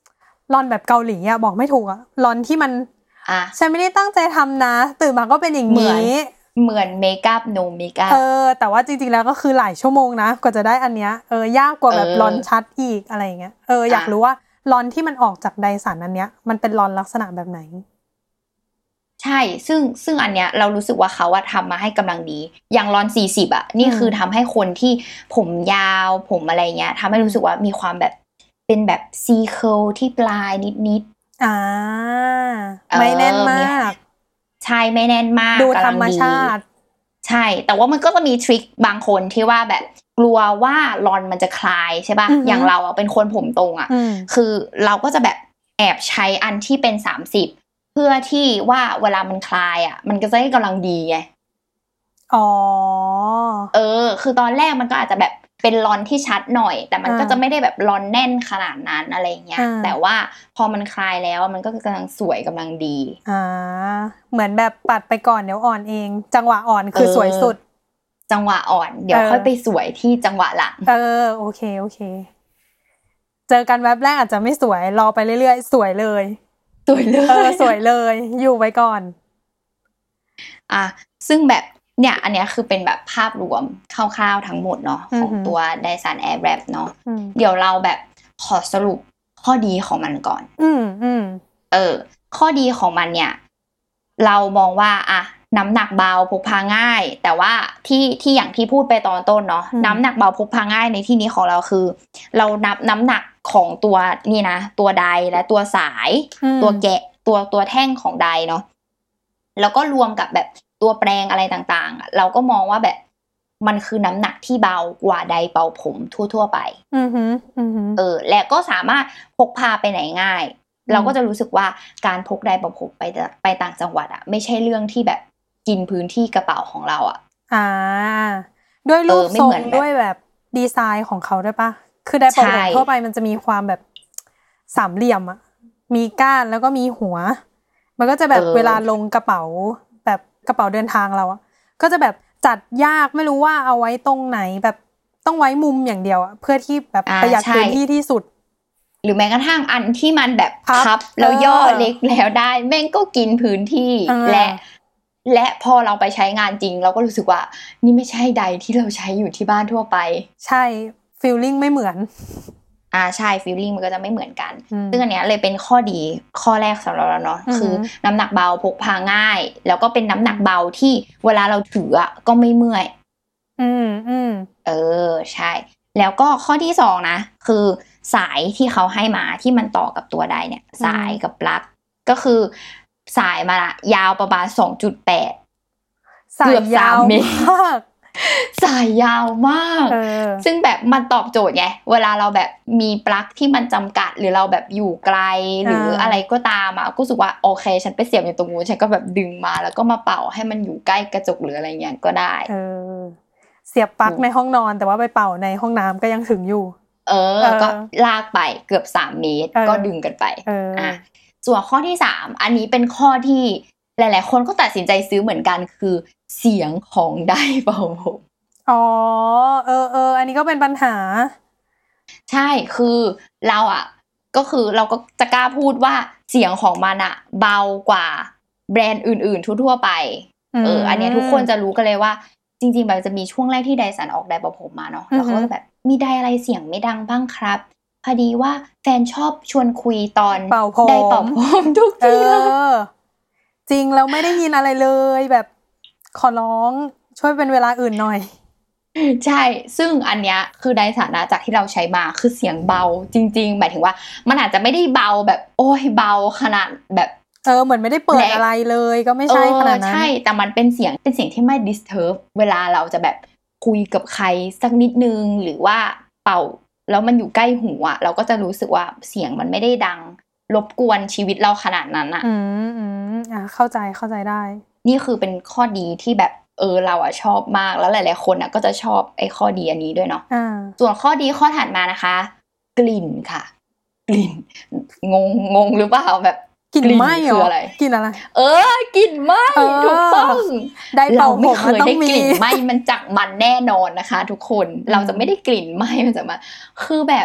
รอนแบบเกาหลีอ่ะบอกไม่ถูกอ่ะรอนที่มันอ่ะฉันไม่ได้ตั้งใจทำนะตื่นมาก็เป็นอย่างนี้เหมือนเมคอัพโนเมคอัพเออแต่ว่าจริงๆแล้วก็คือหลายชั่วโมงนะกว่าจะได้อันเนี้ยเออยากกว่าแบบรอนชัดอีกอะไรอย่างเงี้ยเอออยากรู้ว่ารอนที่มันออกจากไดสันอันเนี้ยมันเป็นรอนลักษณะแบบไหนใช่ซึ่งซึ่งอันเนี้ยเรารู้สึกว่าเขาอะทำมาให้กำลังดีอย่างรอนสี่สิบอะนี่คือทำให้คนที่ผมยาวผมอะไรเงี้ยทำให้รู้สึกว่ามีความแบบเป็นแบบซีเคิลที่ปลายนิดๆอ่าไม่แน่นมากใช่ไม่แน่นมากดูธรรมชาติใช่แต่ว่ามันก็จะมีทริคบางคนที่ว่าแบบกลัวว่ารอนมันจะคลายใช่ป่ะอย่างเราอ่ะเป็นคนผมตรงอ่ะคือเราก็จะแบบแอบใช้อันที่เป็นสามสิบเพื่อที่ว่าเวลามันคลายอ่ะมันก็จะให้กำลังดีไงอ๋อเออคือตอนแรกมันก็อาจจะแบบเป็นรอนที่ชัดหน่อยแต่มันก็จะไม่ได้แบบรอนแน่นขนาดนั้นอะไรเงี้ยแต่ว่าพอมันคลายแล้วมันก็กำลังสวยกำลังดีอ่าเหมือนแบบปัดไปก่อนเดี๋ยวอ่อนเองจังหวะอ่อนคือสวยสุดจังหวะอ่อนเดี๋ยวค่อยไปสวยที่จังหวะหลังเออโอเคโอเคเจอกันแวบแรกอาจจะไม่สวยรอไปเรื่อยๆสวยเลยสวยเลยเออสวยเลยอยู่ไว้ก่อนอ่ะซึ่งแบบเนี่ยอันเนี้ยคือเป็นแบบภาพรวมคร่าวๆทั้งหมดเนาะของตัว Dyson Airwrap เนาะเดี๋ยวเราแบบขอสรุปข้อดีของมันก่อนอืมอืมเออข้อดีของมันเนี่ยเรามองว่าอะน้ำหนักเบาพกพาง่ายแต่ว่าที่ที่อย่างที่พูดไปตอนต้นเนาะน้ำหนักเบาพกพาง่ายในที่นี้ของเราคือเรานับน้ำหนักของตัวนี่นะตัวไดและตัวสายตัวแกะตัวตัวแท่งของไดเนาะแล้วก็รวมกับแบบตัวแปรงอะไรต่างๆเราก็มองว่าแบบมันคือน้ำหนักที่เบากว่าไดเป่าผมทั่วๆไปอือฮึอือฮึเออและก็สามารถพกพาไปไหนง่ายเราก็จะรู้สึกว่าการพกไดเป่าผมไปไปต่างจังหวัดอ่ะไม่ใช่เรื่องที่แบบกินพื้นที่กระเป๋าของเราอ่ะอ่าด้วยรูปทรงด้วยแบบดีไซน์ของเขาด้วยปะคือไดเป่าผมทั่วไปมันจะมีความแบบสามเหลี่ยมอ่ะมีก้านแล้วก็มีหัวมันก็จะแบบเวลาลงกระเป๋าแบบกระเป๋าเดินทางเราอ่ะก็จะแบบจัดยากไม่รู้ว่าเอาไว้ตรงไหนแบบต้องไว้มุมอย่างเดียวอ่ะเพื่อที่แบบประหยัดพื้นที่ที่สุดหรือแม้กระทั่งอันที่มันแบบพับแล้วย่อเล็กแล้วได้แม่งก็กินพื้นที่และและพอเราไปใช้งานจริงเราก็รู้สึกว่านี่ไม่ใช่ไดที่เราใช้อยู่ที่บ้านทั่วไปใช่ฟีลลิ่งไม่เหมือนอ่าใช่ฟีลลิ่งมันก็จะไม่เหมือนกันซึ่งอันเนี้ยเลยเป็นข้อดีข้อแรกสำหรับเราเนาะคือน้ำหนักเบาพกพาง่ายแล้วก็เป็นน้ำหนักเบาที่เวลาเราถืออ่ะก็ไม่เมื่อยอืมอืมเออใช่แล้วก็ข้อที่สองนะคือสายที่เขาให้มาที่มันต่อกับตัวไดเนี่ยสายกับปลั๊กก็คือสายมาละยาวประมาณ สองจุดแปดเกือบสามเมตรสายยาวมากซึ่งแบบมันตอบโจทย์ไงเวลาเราแบบมีปลั๊กที่มันจำกัดหรือเราแบบอยู่ไกลหรืออะไรก็ตามอ่ะก็รู้สึกว่าโอเคฉันไปเสียบอยู่ตรงนู้นฉันก็แบบดึงมาแล้วก็มาเป่าให้มันอยู่ใกล้กระจกหรืออะไรเงี้ยก็ได้เออเสียบปลั๊กในห้องนอนแต่ว่าไปเป่าในห้องน้ำก็ยังถึงอยู่เออก็ลากไปเกือบสามเมตรก็ดึงกันไปอ่ะส่วนข้อที่สามอันนี้เป็นข้อที่หลายๆคนก็ตัดสินใจซื้อเหมือนกันคือเสียงของไดเป่าผมอ๋อเออเอออันนี้ก็เป็นปัญหาใช่คือเราอ่ะก็คือเราก็จะกล้าพูดว่าเสียงของมันอ่ะเบากว่าแบรนด์อื่นๆทั่วๆไปเอออันนี้ทุกคนจะรู้กันเลยว่าจริงๆแบบจะมีช่วงแรกที่ไดสันออกไดเป่าผมมาเนาะแล้วเขาก็แบบมีไดอะไรเสียงไม่ดังบ้างครับพอดีว่าแฟนชอบชวนคุยตอนไดเป่าผมทุกทีเลยจริงเราไม่ได้ยินอะไรเลยแบบขอร้องช่วยเป็นเวลาอื่นหน่อยใช่ซึ่งอันเนี้ยคือไดสันนะจากที่เราใช้มาคือเสียงเบาจริงๆหมายถึงว่ามันอาจจะไม่ได้เบาแบบโอ้ยเบาขนาดแบบเออเหมือนไม่ได้เปิดอะไรเลยก็ไม่ใช่ขนาดนั้นใช่แต่มันเป็นเสียงเป็นเสียงที่ไม่ disturb เวลาเราจะแบบคุยกับใครสักนิดนึงหรือว่าเป่าแล้วมันอยู่ใกล้หูอ่ะเราก็จะรู้สึกว่าเสียงมันไม่ได้ดังรบกวนชีวิตเราขนาดนั้นอ่ะอืมอืมอ่ะเข้าใจเข้าใจได้นี่คือเป็นข้อดีที่แบบเออเราอ่ะชอบมากแล้วหลายๆคนอ่ะก็จะชอบไอ้ข้อดีอันนี้ด้วยเนาะส่วนข้อดีข้อถัดมานะคะกลิ่นค่ะกลิ่นงงงงหรือเปล่าแบบกลิ่นไหม้คืออะไรกลิ่นอะไรเออกลิ่นไหม้ถูกต้องได้เป่าผมมันต้องมีกลิ่นไหม้มันจากมันแน่นอนนะคะทุกคนเราจะไม่ได้กลิ่นไหม้มันจะมาคือแบบ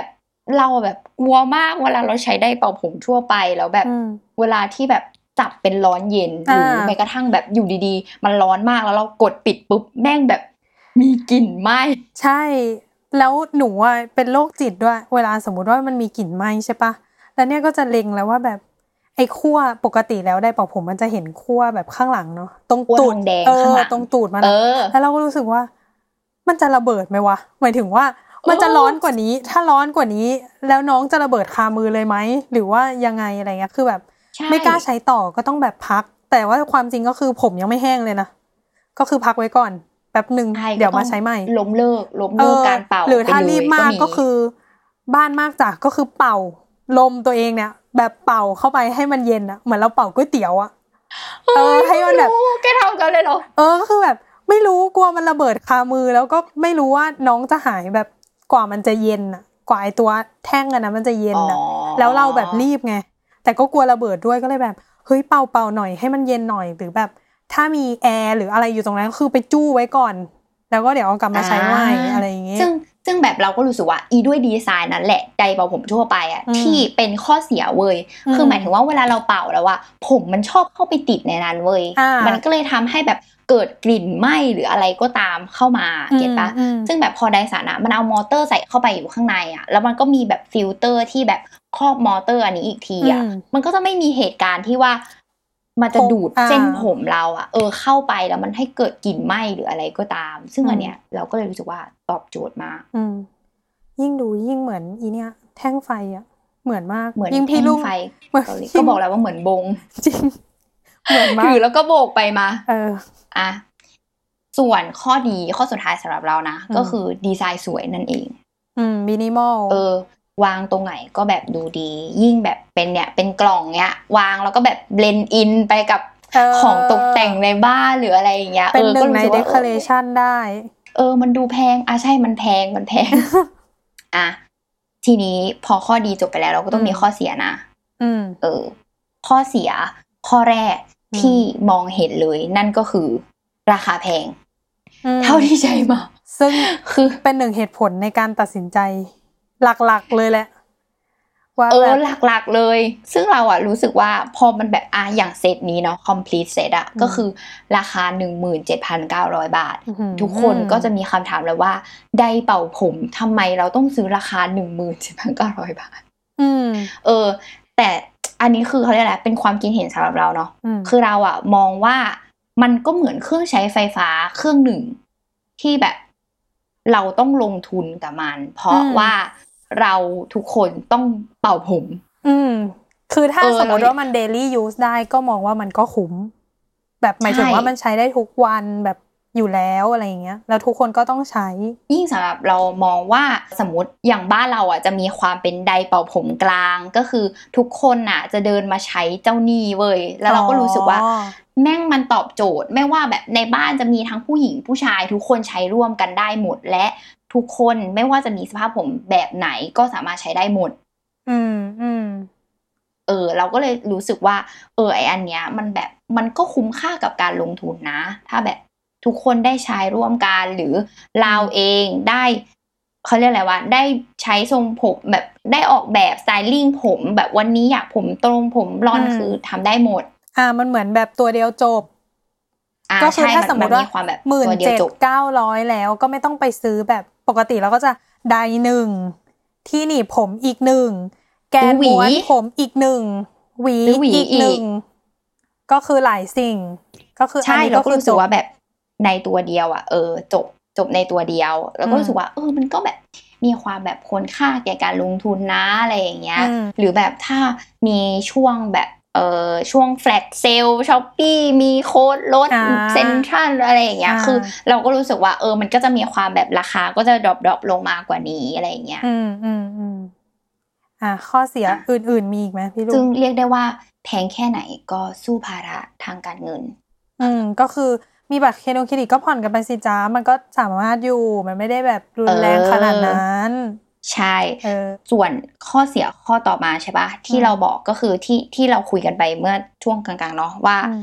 เราแบบกลัวมากเวลาเราใช้ไดร์เป่าผมทั่วไปแล้วแบบเวลาที่แบบจับเป็นร้อนเย็นหรือแม้กระทั่งแบบอยู่ดีๆมันร้อนมากแล้วเรากดปิดปุ๊บแม่งแบบมีกลิ่นไหม้ใช่แล้วหนูอ่ะเป็นโรคจิตด้วยเวลาสมมุติว่ามันมีกลิ่นไหม้ใช่ปะแล้วเนี่ยก็จะเล็งแล้วว่าแบบไอ้ขั้วปกติแล้วไดร์เป่าผมมันจะเห็นขั้วแบบข้างหลังเนาะตรงตูดเออตรงตูดมันแล้วเราก็รู้สึกว่ามันจะระเบิดไหมวะหมายถึงว่ามันจะร้อนกว่านี้ถ้าร้อนกว่านี้แล้วน้องจะระเบิดคามือเลยไหมหรือว่ายังไงอะไรเงี้ยคือแบบไม่กล้าใช้ต่อก็ต้องแบบพักแต่ว่าความจริงก็คือผมยังไม่แห้งเลยนะก็คือพักไว้ก่อนแป๊บนึงเดี๋ยวมาใช้ใหม่ล้มเลิกล้มเลิกการเป่าหรือถ้ารีบมากก็คือบ้านมากจ้ะก็คือเป่าลมตัวเองเนี่ยแบบเป่าเข้าไปให้มันเย็นอ่ะเหมือนเราเป่าก๋วยเตี๋ยวอ่ะเออให้มันแบบแกทำกันเลยเหรอเออก็คือแบบไม่รู้กลัวมันระเบิดคามือแล้วก็ไม่รู้ว่าน้องจะหายแบบกว่ามันจะเย็นอ่ะกว่าไอตัวแท่งอะนะมันจะเย็นอ่ะแล้วเราแบบรีบไงแต่ก็กลัวระเบิดด้วยก็เลยแบบเฮ้ยเป่าเป่าหน่อยให้มันเย็นหน่อยหรือแบบถ้ามีแอร์หรืออะไรอยู่ตรงนั้นก็คือไปจู้ไว้ก่อนแล้วก็เดี๋ยวเอากลับมาใช้ใหม่อะไรอย่างเงี้ยซึ่งซึ่งแบบเราก็รู้สึกว่าอีด้วยดีไซน์นั้นแหละไดร์เป่าผมทั่วไปอ่ะที่เป็นข้อเสียเว้ยคือหมายถึงว่าเวลาเราเป่าแล้วอ่ะผมมันชอบเข้าไปติดในนั้นเว้ยมันก็เลยทำให้แบบเกิดกลิ่นไหม้หรืออะไรก็ตามเข้ามาเก็ทปะซึ่งแบบพอไดสันอ่ะมันเอามอเตอร์ใส่เข้าไปอยู่ข้างในอ่ะแล้วมันก็มีแบบฟิลเตอร์ที่แบบครอบมอเตอร์อันนี้อีกทีอ่ะมันก็จะไม่มีเหตุการณ์ที่ว่ามันจะดูดเส้นผมเราอ่ะเออเข้าไปแล้วมันให้เกิดกลิ่นไหม้หรืออะไรก็ตามซึ่งอันเนี้ยเราก็เลยรู้สึกว่าตอบโจทย์มากยิ่งดูยิ่งเหมือนอีเนี้ยแท่งไฟอ่ะเหมือนมากเหมือนแท่งไฟก็บอกแล้วว่าเหมือนบงจริงเหมือนมากถือแล้วก็โบกไปมาเอออ่ะส่วนข้อดีข้อสุดท้ายสำหรับเรานะก็คือดีไซน์สวยนั่นเองอืมมินิมอลเออวางตรงไหนก็แบบดูดียิ่งแบบเป็นเนี่ยเป็นกล่องเนี้ยวางแล้วก็แบบเบลนด์อินไปกับของตกแต่งในบ้านหรืออะไรอย่างเงี้ยเออก็รู้สึกว่าเป็นหนึ่งในเดคอเรชั่นได้เออมันดูแพงอ่ะใช่มันแพงมันแพงอ่ะทีนี้พอข้อดีจบไปแล้วเราก็ต้องมีข้อเสียนะอืมเออข้อเสียข้อแรกที่มองเห็นเลยนั่นก็คือราคาแพงเท่าที่ใช้มาซึ่งคือเป็นหนึ่งเหตุผลในการตัดสินใจหลักๆเลยแหละว่าเออหลักๆเลยซึ่งเราอ่ะรู้สึกว่าพอมันแบบอ่ะอย่างเซตนี้เนาะ complete set อ่ะก็คือราคา หนึ่งหมื่นเจ็ดพันเก้าร้อย บาททุกคนก็จะมีคำถามเลยว่าไดร์เป่าผมทำไมเราต้องซื้อราคา หนึ่งหมื่นเจ็ดพันเก้าร้อย บาทอืมเออแต่อันนี้คือเขาเรียกอะไรเป็นความคิดเห็นสำหรับเราเนาะคือเราอ่ะมองว่ามันก็เหมือนเครื่องใช้ไฟฟ้าเครื่องหนึ่งที่แบบเราต้องลงทุนกับมันเพราะว่าเราทุกคนต้องเป่าผมอืมคือถ้าสมมติว่ามัน daily use ได้ก็มองว่ามันก็คุ้มแบบหมายถึงว่ามันใช้ได้ทุกวันแบบอยู่แล้วอะไรอย่างเงี้ยแล้วทุกคนก็ต้องใช้ยิ่งสำหรับเรามองว่าสมมติอย่างบ้านเราอ่ะจะมีความเป็นไดร์เป่าผมกลางก็คือทุกคนอ่ะจะเดินมาใช้เจ้านี่เว้ยแล้วเราก็รู้สึกว่าแม่งมันตอบโจทย์ไม่ว่าแบบในบ้านจะมีทั้งผู้หญิงผู้ชายทุกคนใช้ร่วมกันได้หมดและทุกคนไม่ว่าจะมีสภาพผมแบบไหนก็สามารถใช้ได้หมดอืมอืมเออเราก็เลยรู้สึกว่าเออไออันเนี้ยมันแบบมันก็คุ้มค่ากับการลงทุนนะถ้าแบบทุกคนได้ใช้ร่วมกันหรือเราเองได้เขาเรียกอะไรวะได้ใช้ทรงผมแบบได้ออกแบบสไตลิ่งผมแบบวันนี้อยากผมตรงผมบลอนด์คือทำได้หมดอ่ามันเหมือนแบบตัวเดียวจบก็คือถ้าสมมติว่าหมื่นเจ็ดเก้าร้อยแล้วก็ไม่ต้องไปซื้อแบบปกติเราก็จะไดร์หนึ่งที่หนีบผมอีกหนึ่งแกนม้วนผมอีกหนึ่งหวีอีกหนึ่งก็คือหลายสิ่งก็คืออันนี้ก็รู้สึกว่าแบบในตัวเดียวอ่ะเออจบจบในตัวเดียวแล้วก็รู้สึกว่าเออมันก็แบบมีความแบบคุ้มค่าแก่การลงทุนนะอะไรอย่างเงี้ยหรือแบบถ้ามีช่วงแบบเอ่อช่วงแฟลชเซล Shopee มีโค้ดลดเซ็นทรัลอะไรอย่างเงี้ยคือเราก็รู้สึกว่าเออมันก็จะมีความแบบราคาก็จะดรอปดรอปลงมากว่านี้อะไรอย่างเงี้ยอืมอืมอืมอ่ะข้อเสียอื่นๆมีอีกไหมพี่ลูกซึ่งเรียกได้ว่าแพงแค่ไหนก็สู้ภาระทางการเงินอืมก็คือมีบัตรเครดิตเครดิตก็ผ่อนกันไปสิจ้ามันก็สามารถอยู่มันไม่ได้แบบรุนแรงขนาดนั้นใช่ส่วนข้อเสียข้อต่อมาใช่ปะที่เราบอกก็คือที่ที่เราคุยกันไปเมื่อช่วงกลางๆเนาะว่า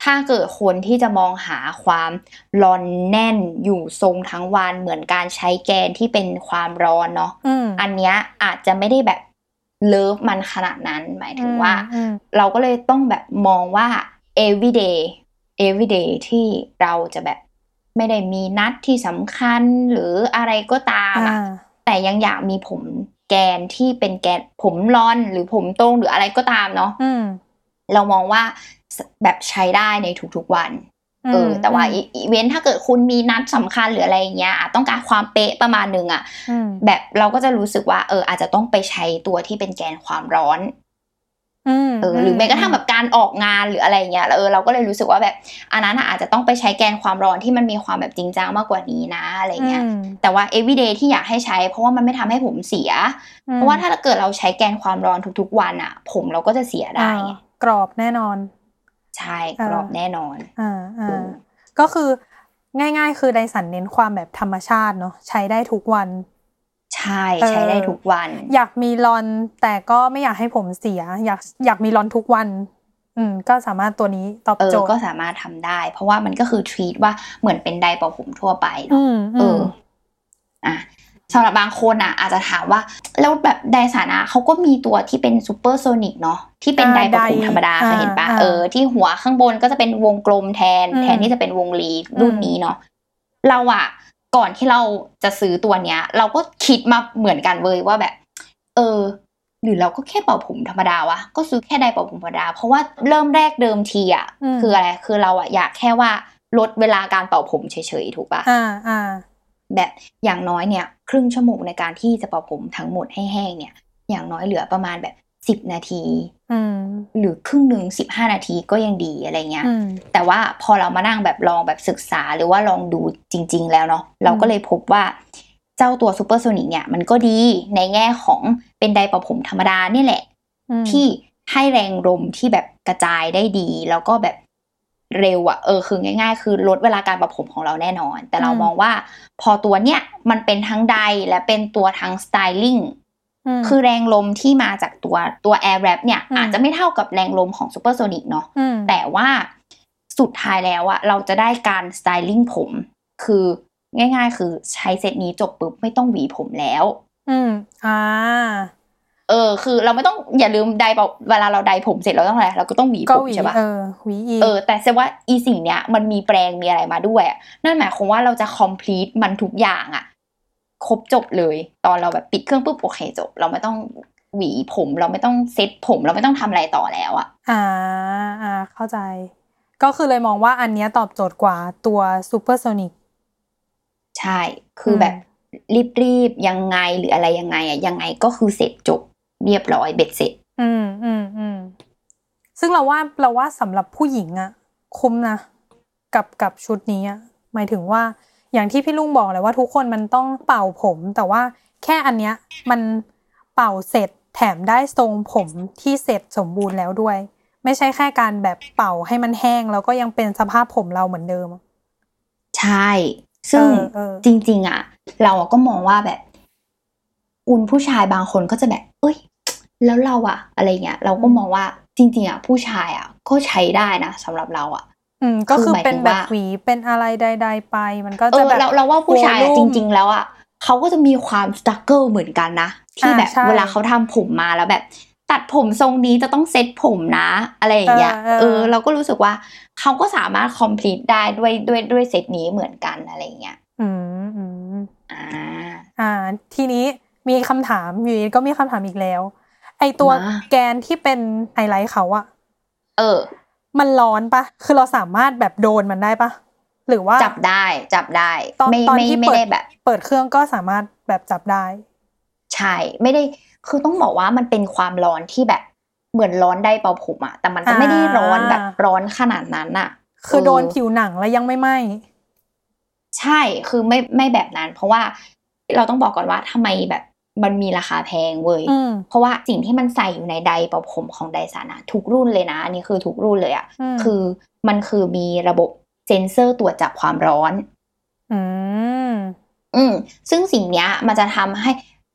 ถ้าเกิดคนที่จะมองหาความร้อนแน่นอยู่ทรงทั้งวันเหมือนการใช้แกนที่เป็นความร้อนเนาะอืมอันเนี้ยอาจจะไม่ได้แบบเลิฟมันขนาดนั้นหมายถึงว่าอืมเราก็เลยต้องแบบมองว่า everyday everyday ที่เราจะแบบไม่ได้มีนัดที่สำคัญหรืออะไรก็ตามอ่ะแต่ยังอยากมีผมแกนที่เป็นแกนผมรอนหรือผมตรงหรืออะไรก็ตามเนาะเรามองว่าแบบใช้ได้ในทุกๆวันเออแต่ว่าอีเวนต์ถ้าเกิดคุณมีนัดสำคัญหรืออะไรอย่างเงี้ยต้องการความเป๊ะประมาณนึงอ่ะแบบเราก็จะรู้สึกว่าเอออาจจะต้องไปใช้ตัวที่เป็นแกนความร้อนเออหรือแม้กระทั่งแบบการออกงานหรืออะไรเงี้ยเออเราก็เลยรู้สึกว่าแบบอันนั้นอาจจะต้องไปใช้แกนความร้อนที่มันมีความแบบจริงจังมากกว่านี้นะอะไรเงี้ยแต่ว่า everyday ที่อยากให้ใช้เพราะว่ามันไม่ทำให้ผมเสียเพราะว่าถ้าเกิดเราใช้แกนความร้อนทุกๆวันอ่ะผมเราก็จะเสียได้กรอบแน่นอนใช่กรอบแน่นอนอ่าอ่าก็คือง่ายๆคือไดสันเน้นความแบบธรรมชาติเนาะใช้ได้ทุกวันใช่ใช้ได้ทุกวันอยากมีรอนแต่ก็ไม่อยากให้ผมเสียอยากอยากมีรอนทุกวันอืมก็สามารถตัวนี้ตอบโจทย์ก็สามารถทำได้เพราะว่ามันก็คือทรีตว่าเหมือนเป็นไดร์เป่าผมทั่วไปเนาะเอออ่ะสำหรับบางคนอ่ะอาจจะถามว่าแล้วแบบไดสันอ่ะเขาก็มีตัวที่เป็นซูเปอร์โซนิกเนาะที่เป็นไดร์เป่าผมธรรมดาเคยเห็นปะเออที่หัวข้างบนก็จะเป็นวงกลมแทนแทนที่จะเป็นวงรีรุ่นนี้เนาะเราอ่ะก่อนที่เราจะซื้อตัวเนี้ยเราก็คิดมาเหมือนกันเว้ยว่าแบบเออหรือเราก็แค่เป่าผมธรรมดาวะก็ซื้อแค่ไดร์เป่าผมธรรมดาเพราะว่าเริ่มแรกเดิมทีอ่ะคืออะไรคือเราอ่ะอยากแค่ว่าลดเวลาการเป่าผมเฉยๆถูกปะอ่าอ่าแบบอย่างน้อยเนี่ยครึ่งชั่วโมงในการที่จะเป่าผมทั้งหมดให้แห้งเนี่ยอย่างน้อยเหลือประมาณแบบสิบนาทีหรือครึ่งนึงสิบห้านาทีก็ยังดีอะไรเงี้ยแต่ว่าพอเรามานั่งแบบลองแบบศึกษาหรือว่าลองดูจริงๆแล้วเนาะเราก็เลยพบว่าเจ้าตัวซูเปอร์โซนิกเนี่ยมันก็ดีในแง่ของเป็นไดร์เป่าผมธรรมดานี่แหละที่ให้แรงลมที่แบบกระจายได้ดีแล้วก็แบบเร็วอ่ะเออคือง่ายๆคือลดเวลาการเป่าผมของเราแน่นอนแต่เรามองว่าพอตัวเนี้ยมันเป็นทั้งไดร์และเป็นตัวทั้งสไตลิ่งคือแรงลมที่มาจากตัวตัว Air Wrap เนี่ยอาจจะไม่เท่ากับแรงลมของ Super Sonic เนาะแต่ว่าสุดท้ายแล้วอะเราจะได้การสไตลิ่งผมคือง่ายๆคือใช้เซตนี้จบปุ๊บไม่ต้องหวีผมแล้วอืมอ่าเออคือเราไม่ต้องอย่าลืมไดร์เวลาเราไดร์ผมเสร็จเราต้องอะไรเราก็ต้องหวีผมใช่ปะเออหวีอีกเออแต่แสดงว่าอีสิ่งเนี้ยมันมีแปรงมีอะไรมาด้วยนั่นหมายความว่าเราจะ complete มันทุกอย่างอะครบจบเลยตอนเราแบบปิดเครื่องปุ๊บโอเคจบเราไม่ต้องหวีผมเราไม่ต้องเซ็ตผมเราไม่ต้องทำอะไรต่อแล้วอะอ่าอ่าเข้าใจก็คือเลยมองว่าอันเนี้ยตอบโจทย์กว่าตัวซูเปอร์โซนิกใช่คือแบบรีบๆยังไงหรืออะไรยังไงอะยังไงก็คือเสร็จจบเรียบร้อยเบ็ดเสร็จอืมอืมอืมซึ่งเราว่าเราว่าสำหรับผู้หญิงอะคุ้มนะกับกับชุดนี้อะหมายถึงว่าอย่างที่พี่ลุงบอกเลยว่าทุกคนมันต้องเป่าผมแต่ว่าแค่อันเนี้ยมันเป่าเสร็จแถมได้ทรงผมที่เสร็จสมบูรณ์แล้วด้วยไม่ใช่แค่การแบบเป่าให้มันแห้งแล้วก็ยังเป็นสภาพผมเราเหมือนเดิมใช่ซึ่งจริงๆอ่ะเราก็มองว่าแบบอุ่นผู้ชายบางคนก็จะแบบเอ้ยแล้วเราอ่ะอะไรเงี้ยเราก็มองว่าจริงๆอ่ะผู้ชายอ่ะก็ใช้ได้นะสำหรับเราอ่ะอืมก็คือเป็นแบบหวีเป็นอะไรใดๆไปมันก็จะแบบเราเราว่าผู้ชายจริงๆแล้วอ่ะเขาก็จะมีความสตรักเกิลเหมือนกันนะที่แบบเวลาเขาทำผมมาแล้วแบบตัดผมทรงนี้จะต้องเซ็ตผมนะอะไรอย่างเงี้ยเออเราก็รู้สึกว่าเขาก็สามารถคอมพลีทได้ด้วยด้วยด้วยเซตนี้เหมือนกันอะไรอย่างเงี้ยอืมอืมอ่าอ่าทีนี้มีคำถามอยู่ก็มีคำถามอีกแล้วไอตัวแกนที่เป็นไฮไลท์เขาอะเออมันร้อนปะคือเราสามารถแบบโดนมันได้ปะหรือว่าจับได้จับได้ตอนตอนที่เปิดแบบเปิดเครื่องก็สามารถแบบจับได้ใช่ไม่ได้คือต้องบอกว่ามันเป็นความร้อนที่แบบเหมือนร้อนได้เป่าผมอะแต่มันก็ไม่ได้ร้อนแบบร้อนขนาดนั้นอะคือโดนผิวหนังแล้วยังไม่ไหม้ใช่คือไม่ไม่แบบนั้นเพราะว่าเราต้องบอกก่อนว่าทำไมแบบมันมีราคาแพงเว้ยเพราะว่าสิ่งที่มันใส่อยู่ในไดร์เป่าผมของไดสันอะทุกรุ่นเลยนะอันนี้คือทุกรุ่นเลยอะคือมันคือมีระบบเซ็นเซอร์ตรวจจับความร้อนอืมอืมซึ่งสิ่งเนี้ยมันจะทำให้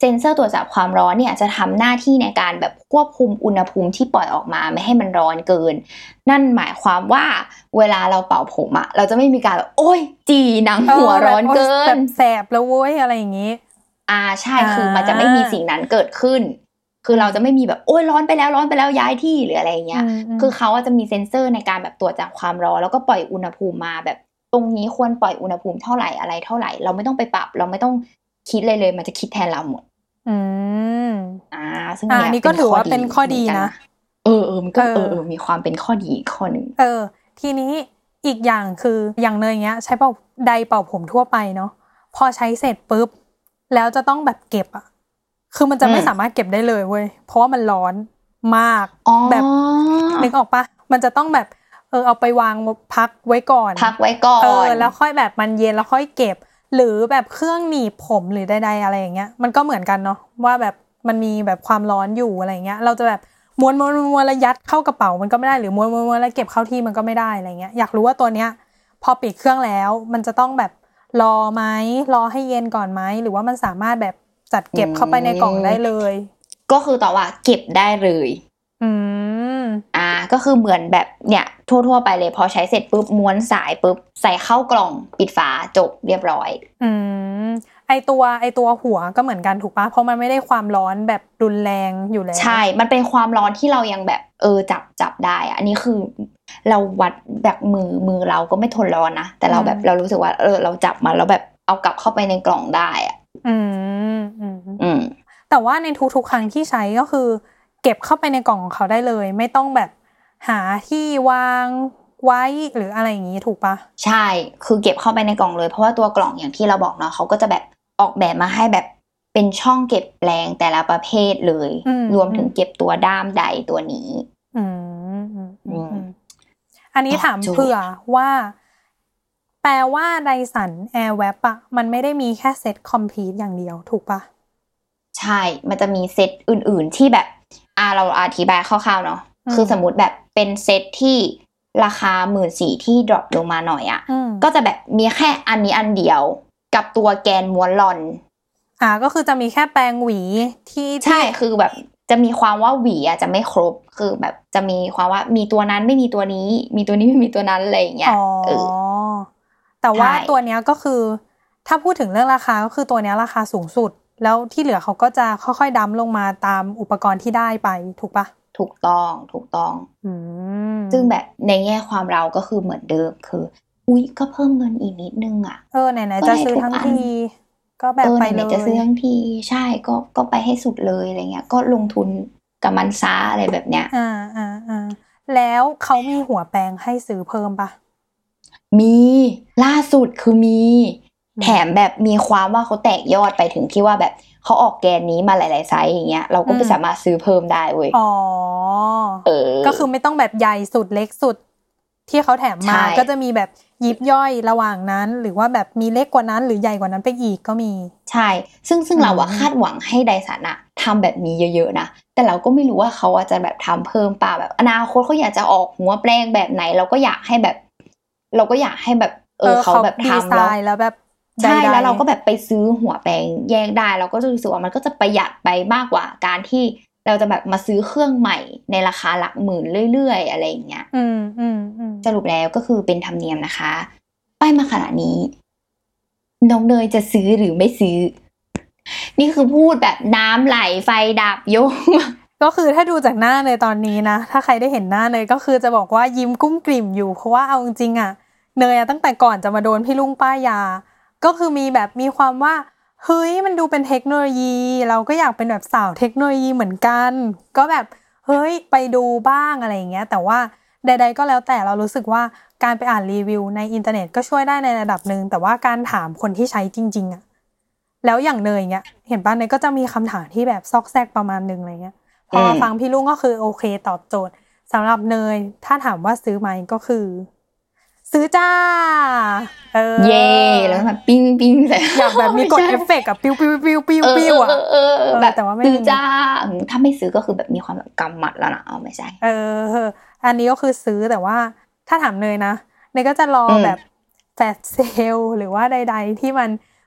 เซ็นเซอร์ตรวจจับความร้อนเนี่ยจะทำหน้าที่ในการแบบควบคุมอุณหภูมิที่ปล่อยออกมาไม่ให้มันร้อนเกินนั่นหมายความว่าเวลาเราเป่าผมอะเราจะไม่มีการแบบโอ๊ยจีหนังหัวร้อนเกินแบบแสบแล้วโว้ยอะไรอย่างงี้อ่าใช่คือมันจะไม่มีสิ่งนั้นเกิดขึ้นคือเราจะไม่มีแบบโอ๊ยร้อนไปแล้วร้อนไปแล้วย้ายที่หรืออะไรอย่างเงี้ยคือเขาจะมีเซ็นเซอร์ในการแบบตรวจจับความร้อนแล้วก็ปล่อยอุณหภูมิมาแบบตรงนี้ควรปล่อยอุณหภูมิเท่าไหร่อะไรเท่าไหร่เราไม่ต้องไปปรับเราไม่ต้องคิดเลยเลยมันจะคิดแทนเราหมดอืมอ่าซึ่งอันนี้ก็ถือว่าเป็นข้อดีนะเออเออมันก็เออเออมีความเป็นข้อดีข้อนึงเออทีนี้อีกอย่างคืออย่างเนยเงี้ยใช้เป่าไดร์เป่าผมทั่วไปเนาะพอใช้เสร็จปุ๊บแล้วจะต้องแบบเก็บอ่ะคือมันจะไม่สามารถเก็บได้เลยเว้ยเพราะว่ามันร้อนมากแบบนึกออกปะมันจะต้องแบบเออเอาไปวางพักไว้ก่อนพักไว้ก่อนเออแล้วค่อยแบบมันเย็นแล้วค่อยเก็บหรือแบบเครื่องหนีบผมหรือใดๆอะไรอย่างเงี้ยมันก็เหมือนกันเนาะว่าแบบมันมีแบบความร้อนอยู่อะไรเงี้ยเราจะแบบม้วนม้วนม้วนแล้วยัดเข้ากระเป๋ามันก็ไม่ได้หรือม้วนม้วนม้วนแล้วเก็บเข้าที่มันก็ไม่ได้อะไรเงี้ยอยากรู้ว่าตัวเนี้ยพอปิดเครื่องแล้วมันจะต้องแบบรอไหมรอให้เย็นก่อนไหมหรือว่ามันสามารถแบบจัดเก็บเข้าไปในกล่องได้เลยก็คือตอบว่าเก็บได้เลยอืมอ่าก็คือเหมือนแบบเนี่ยทั่วๆไปเลยพอใช้เสร็จปุ๊บม้วนสายปุ๊บใส่เข้ากล่องปิดฝาจบเรียบร้อยอืมไอตัวไอตัวหัวก็เหมือนกันถูกปะเพราะมันไม่ได้ความร้อนแบบรุนแรงอยู่แล้วใช่มันเป็นความร้อนที่เรายังแบบเออจับจับได้อันนี้คือเราวัดแบบมือมือเราก็ไม่ทนร้อนนะแต่เราแบบเรารู้สึกว่าเออเราจับมันแล้วแบบเอากลับเข้าไปในกล่องได้อ่ะอืมอืมอืมแต่ว่าในทุกๆครั้งที่ใช้ก็คือเก็บเข้าไปในกล่องของเขาได้เลยไม่ต้องแบบหาที่วางไว้หรืออะไรอย่างงี้ถูกปะใช่คือเก็บเข้าไปในกล่องเลยเพราะว่าตัวกล่องอย่างที่เราบอกเนาะเขาก็จะแบบออกแบบมาให้แบบเป็นช่องเก็บแปลงแต่ละประเภทเลยรวมถึงเก็บตัวด้ามใดตัวนี้อืมอืมอันนี้ถามเผื่อว่าแปลว่า Dyson Airwrap อ่ะมันไม่ได้มีแค่เซตคอมพลีทอย่างเดียวถูกปะใช่มันจะมีเซตอื่นๆที่แบบอ่าเราอธิบายคร่าวๆเนาะคือสมมุติแบบเป็นเซตที่ราคา หนึ่งหมื่นสี่พัน ที่ดรอปลงมาหน่อยอ่ะก็จะแบบมีแค่อันนี้อันเดียวกับตัวแกนม้วนลอนอ่าก็คือจะมีแค่แปรงหวีที่ใช่คือแบบจะมีความว่าหวีอ่ะจะไม่ครบคือแบบจะมีความว่ามีตัวนั้นไม่มีตัวนี้มีตัวนี้ไม่มีตัวนั้นอะไรอย่างเงี้ยเออแต่ว่าตัวเนี้ยก็คือถ้าพูดถึงเรื่องราคาก็คือตัวเนี้ยราคาสูงสุดแล้วที่เหลือเขาก็จะค่อยๆดั้มลงมาตามอุปกรณ์ที่ได้ไปถูกปะถูกต้องถูกต้องอืมซึ่งแบบในแง่ความเราก็คือเหมือนเดิมคืออุ๊ยก็เพิ่มเงินอีกนิดนึงอ่ะเออไหนๆจะซื้อทั้งทีก็แบบไปเลยจะซื้อทั้งทีใช่ก็ก็ไปให้สุดเลยอะไรเงี้ยก็ลงทุนกับมันซะอะไรแบบเนี้ยอ่าอ่าอ่าแล้วเขามีหัวแปรงให้ซื้อเพิ่มปะมีล่าสุดคือมีแถมแบบมีความว่าเขาแตกยอดไปถึงที่ว่าแบบเขาออกแกนนี้มาหลายๆไซส์อย่างเงี้ยเราก็ไม่สามารถซื้อเพิ่มได้เว้ยอ๋อเออก็คือไม่ต้องแบบใหญ่สุดเล็กสุดที่เขาแถมมาก็จะมีแบบยิบย่อยระหว่างนั้นหรือว่าแบบมีเล็กกว่านั้นหรือใหญ่กว่านั้นไปอีกก็มีใช่ซึ่งซึ่งเราอะคาดหวังให้ไดสันอะทำแบบนี้เยอะๆนะแต่เราก็ไม่รู้ว่าเขาจะแบบทำเพิ่มป่ะแบบอนาคตเขาอยากจะออกหัวแปลงแบบไหนเราก็อยากให้แบบเราก็อยากให้แบบเออเขาแบบทำแล้วแล้วแบบใช่แล้วเราก็แบบไปซื้อหัวแปลงแยกได้เราก็จะรู้สึกว่ามันก็จะประหยัดไปมากกว่าการที่เราจะแบบมาซื้อเครื่องใหม่ในราคาหลักหมื่นเรื่อยๆอะไรอย่างเงี้ยอืมอืมอืมสรุปแล้วก็คือเป็นธรรมเนียมนะคะป้ายมาขนาดนี้น้องเนยจะซื้อหรือไม่ซื้อนี่คือพูดแบบน้ำไหลไฟดับโยงก็คือถ้าดูจากหน้าเนยตอนนี้นะถ้าใครได้เห็นหน้าเนยก็คือจะบอกว่ายิ้มกุ้มกลิ่มอยู่เพราะว่าเอาจริงๆอ่ะเนยตั้งแต่ก่อนจะมาโดนพี่ลุงป้ายยาก็คือมีแบบมีความว่าเฮ้ยมันดูเป็นเทคโนโลยีเราก็อยากเป็นแบบสาวเทคโนโลยีเหมือนกันก็แบบเฮ้ยไปดูบ้างอะไรอย่างเงี้ยแต่ว่าใดๆก็แล้วแต่เรารู้สึกว่าการไปอ่านรีวิวในอินเทอร์เน็ตก็ช่วยได้ในระดับนึงแต่ว่าการถามคนที่ใช้จริงๆอ่ะแล้วอย่างเนยเงี้ยเห็นป่ะเนยก็จะมีคำถามที่แบบซอกแซกประมาณนึงอะไรเงี้ยพอมาฟังพี่ลุงก็คือโอเคตอบโจทย์สำหรับเนยถ้าถามว่าซื้อไหมก็คือซื้อจ้าเออเย่แล้วแบบปิ้งปิ้งใส่อยากแบบมีกดเอฟเฟกต์กับปิ้วปิ้วปิ้วปิ้วปิ้วอ่ะเออแบบแต่ว่าไม่ซื้อจ้าถ้าไม่ซื้อก็คือแบบมีความแบบกำหมัดแล้วนะเอาไม่ใช่เอออันนี้ก็คือซื้อแต่ว่าถ้าถามเนยนะเนยก็จะรอแบบแฟลชเซลหรือว่าใดๆที่มัน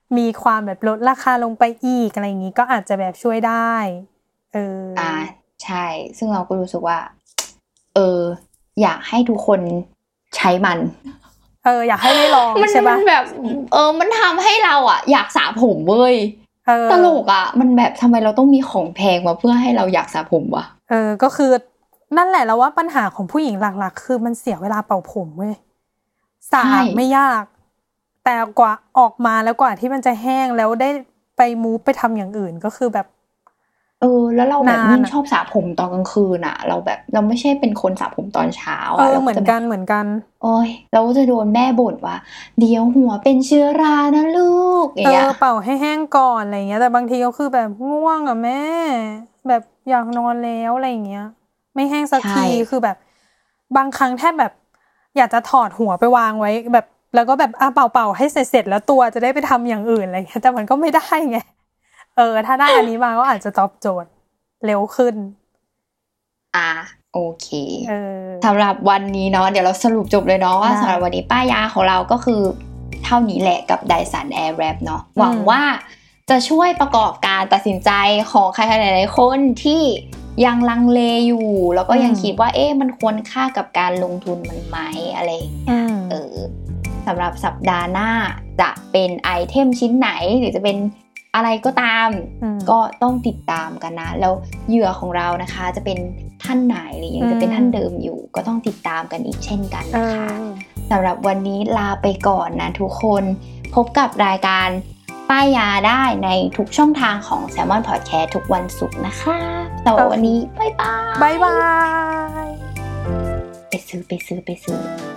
มีความแบบลดราคาลงไปอีกอะไรอย่างงี้ก็อาจจะแบบช่วยได้เอออ่าใช่ซึ่งเราก็รู้สึกว่าเอออยากให้ทุกคนใช้มันเอออยากให้ได้ลองใช่ป่ะมันแบบเออมันทำให้เราอ่ะอยากสระผมเว้ยตลกอ่ะมันแบบทำไมเราต้องมีของแพงมาเพื่อให้เราอยากสระผมวะเออก็คือนั่นแหละแล้วว่าปัญหาของผู้หญิงหลักๆคือมันเสียเวลาเป่าผมเว้ยสระไม่ยากแต่กว่าออกมาแล้วกว่าที่มันจะแห้งแล้วได้ไปมูฟไปทำอย่างอื่นก็คือแบบเออแล้วเราแบบยิ่งชอบสระผมตอนกลางคืนอ่ะเราแบบเราไม่ใช่เป็นคนสระผมตอนเช้าอ่ะเราเหมือนกันเหมือนกันโอ้ยเราก็จะโดนแม่บ่นว่าเดี๋ยวหัวเป็นเชื้อรานะลูกอย่างเงี้ยเออเป่าให้แห้งก่อนอะไรเงี้ยแต่บางทีก็คือแบบง่วงอ่ะแม่แบบอยากนอนแล้วอะไรเงี้ยไม่แห้งสักทีคือแบบบางครั้งแทบแบบอยากจะถอดหัวไปวางไว้แบบแล้วก็แบบอ่ะเป่าๆให้เสร็จๆแล้วตัวจะได้ไปทำอย่างอื่นอะไรเงี้ยแต่มันก็ไม่ได้ไงเออถ้าได้อันนี้มาก็อาจจะตอบโจทย์เร็วขึ้นอ่ะโอเคเออสำหรับวันนี้เนาะเดี๋ยวเราสรุปจบเลยเนาะว่าสำหรับวันนี้ป้ายาของเราก็คือเท่านี้แหละกับ Dyson Airwrap เนาะหวังว่าจะช่วยประกอบการตัดสินใจของใครๆหลายๆคนที่ยังลังเลอยู่แล้วก็ยังคิดว่าเอ๊ะมันควรค่ากับการลงทุนมันไหมอะไรอย่างเงี้ยเออสำหรับสัปดาห์หน้าจะเป็นไอเทมชิ้นไหนหรือจะเป็นอะไรก็ตามก็ต้องติดตามกันนะแล้วเหยื่อของเรานะคะจะเป็นท่านไหนหรือยังจะเป็นท่านเดิมอยู่ก็ต้องติดตามกันอีกเช่นกันนะคะสำหรับวันนี้ลาไปก่อนนะทุกคนพบกับรายการป้ายยาได้ในทุกช่องทางของ Salmon Podcast ทุกวันศุกร์นะคะสำหรับวันนี้บ๊ายบายบ๊ายบายไปซื้อไปซื้อไปซื้อ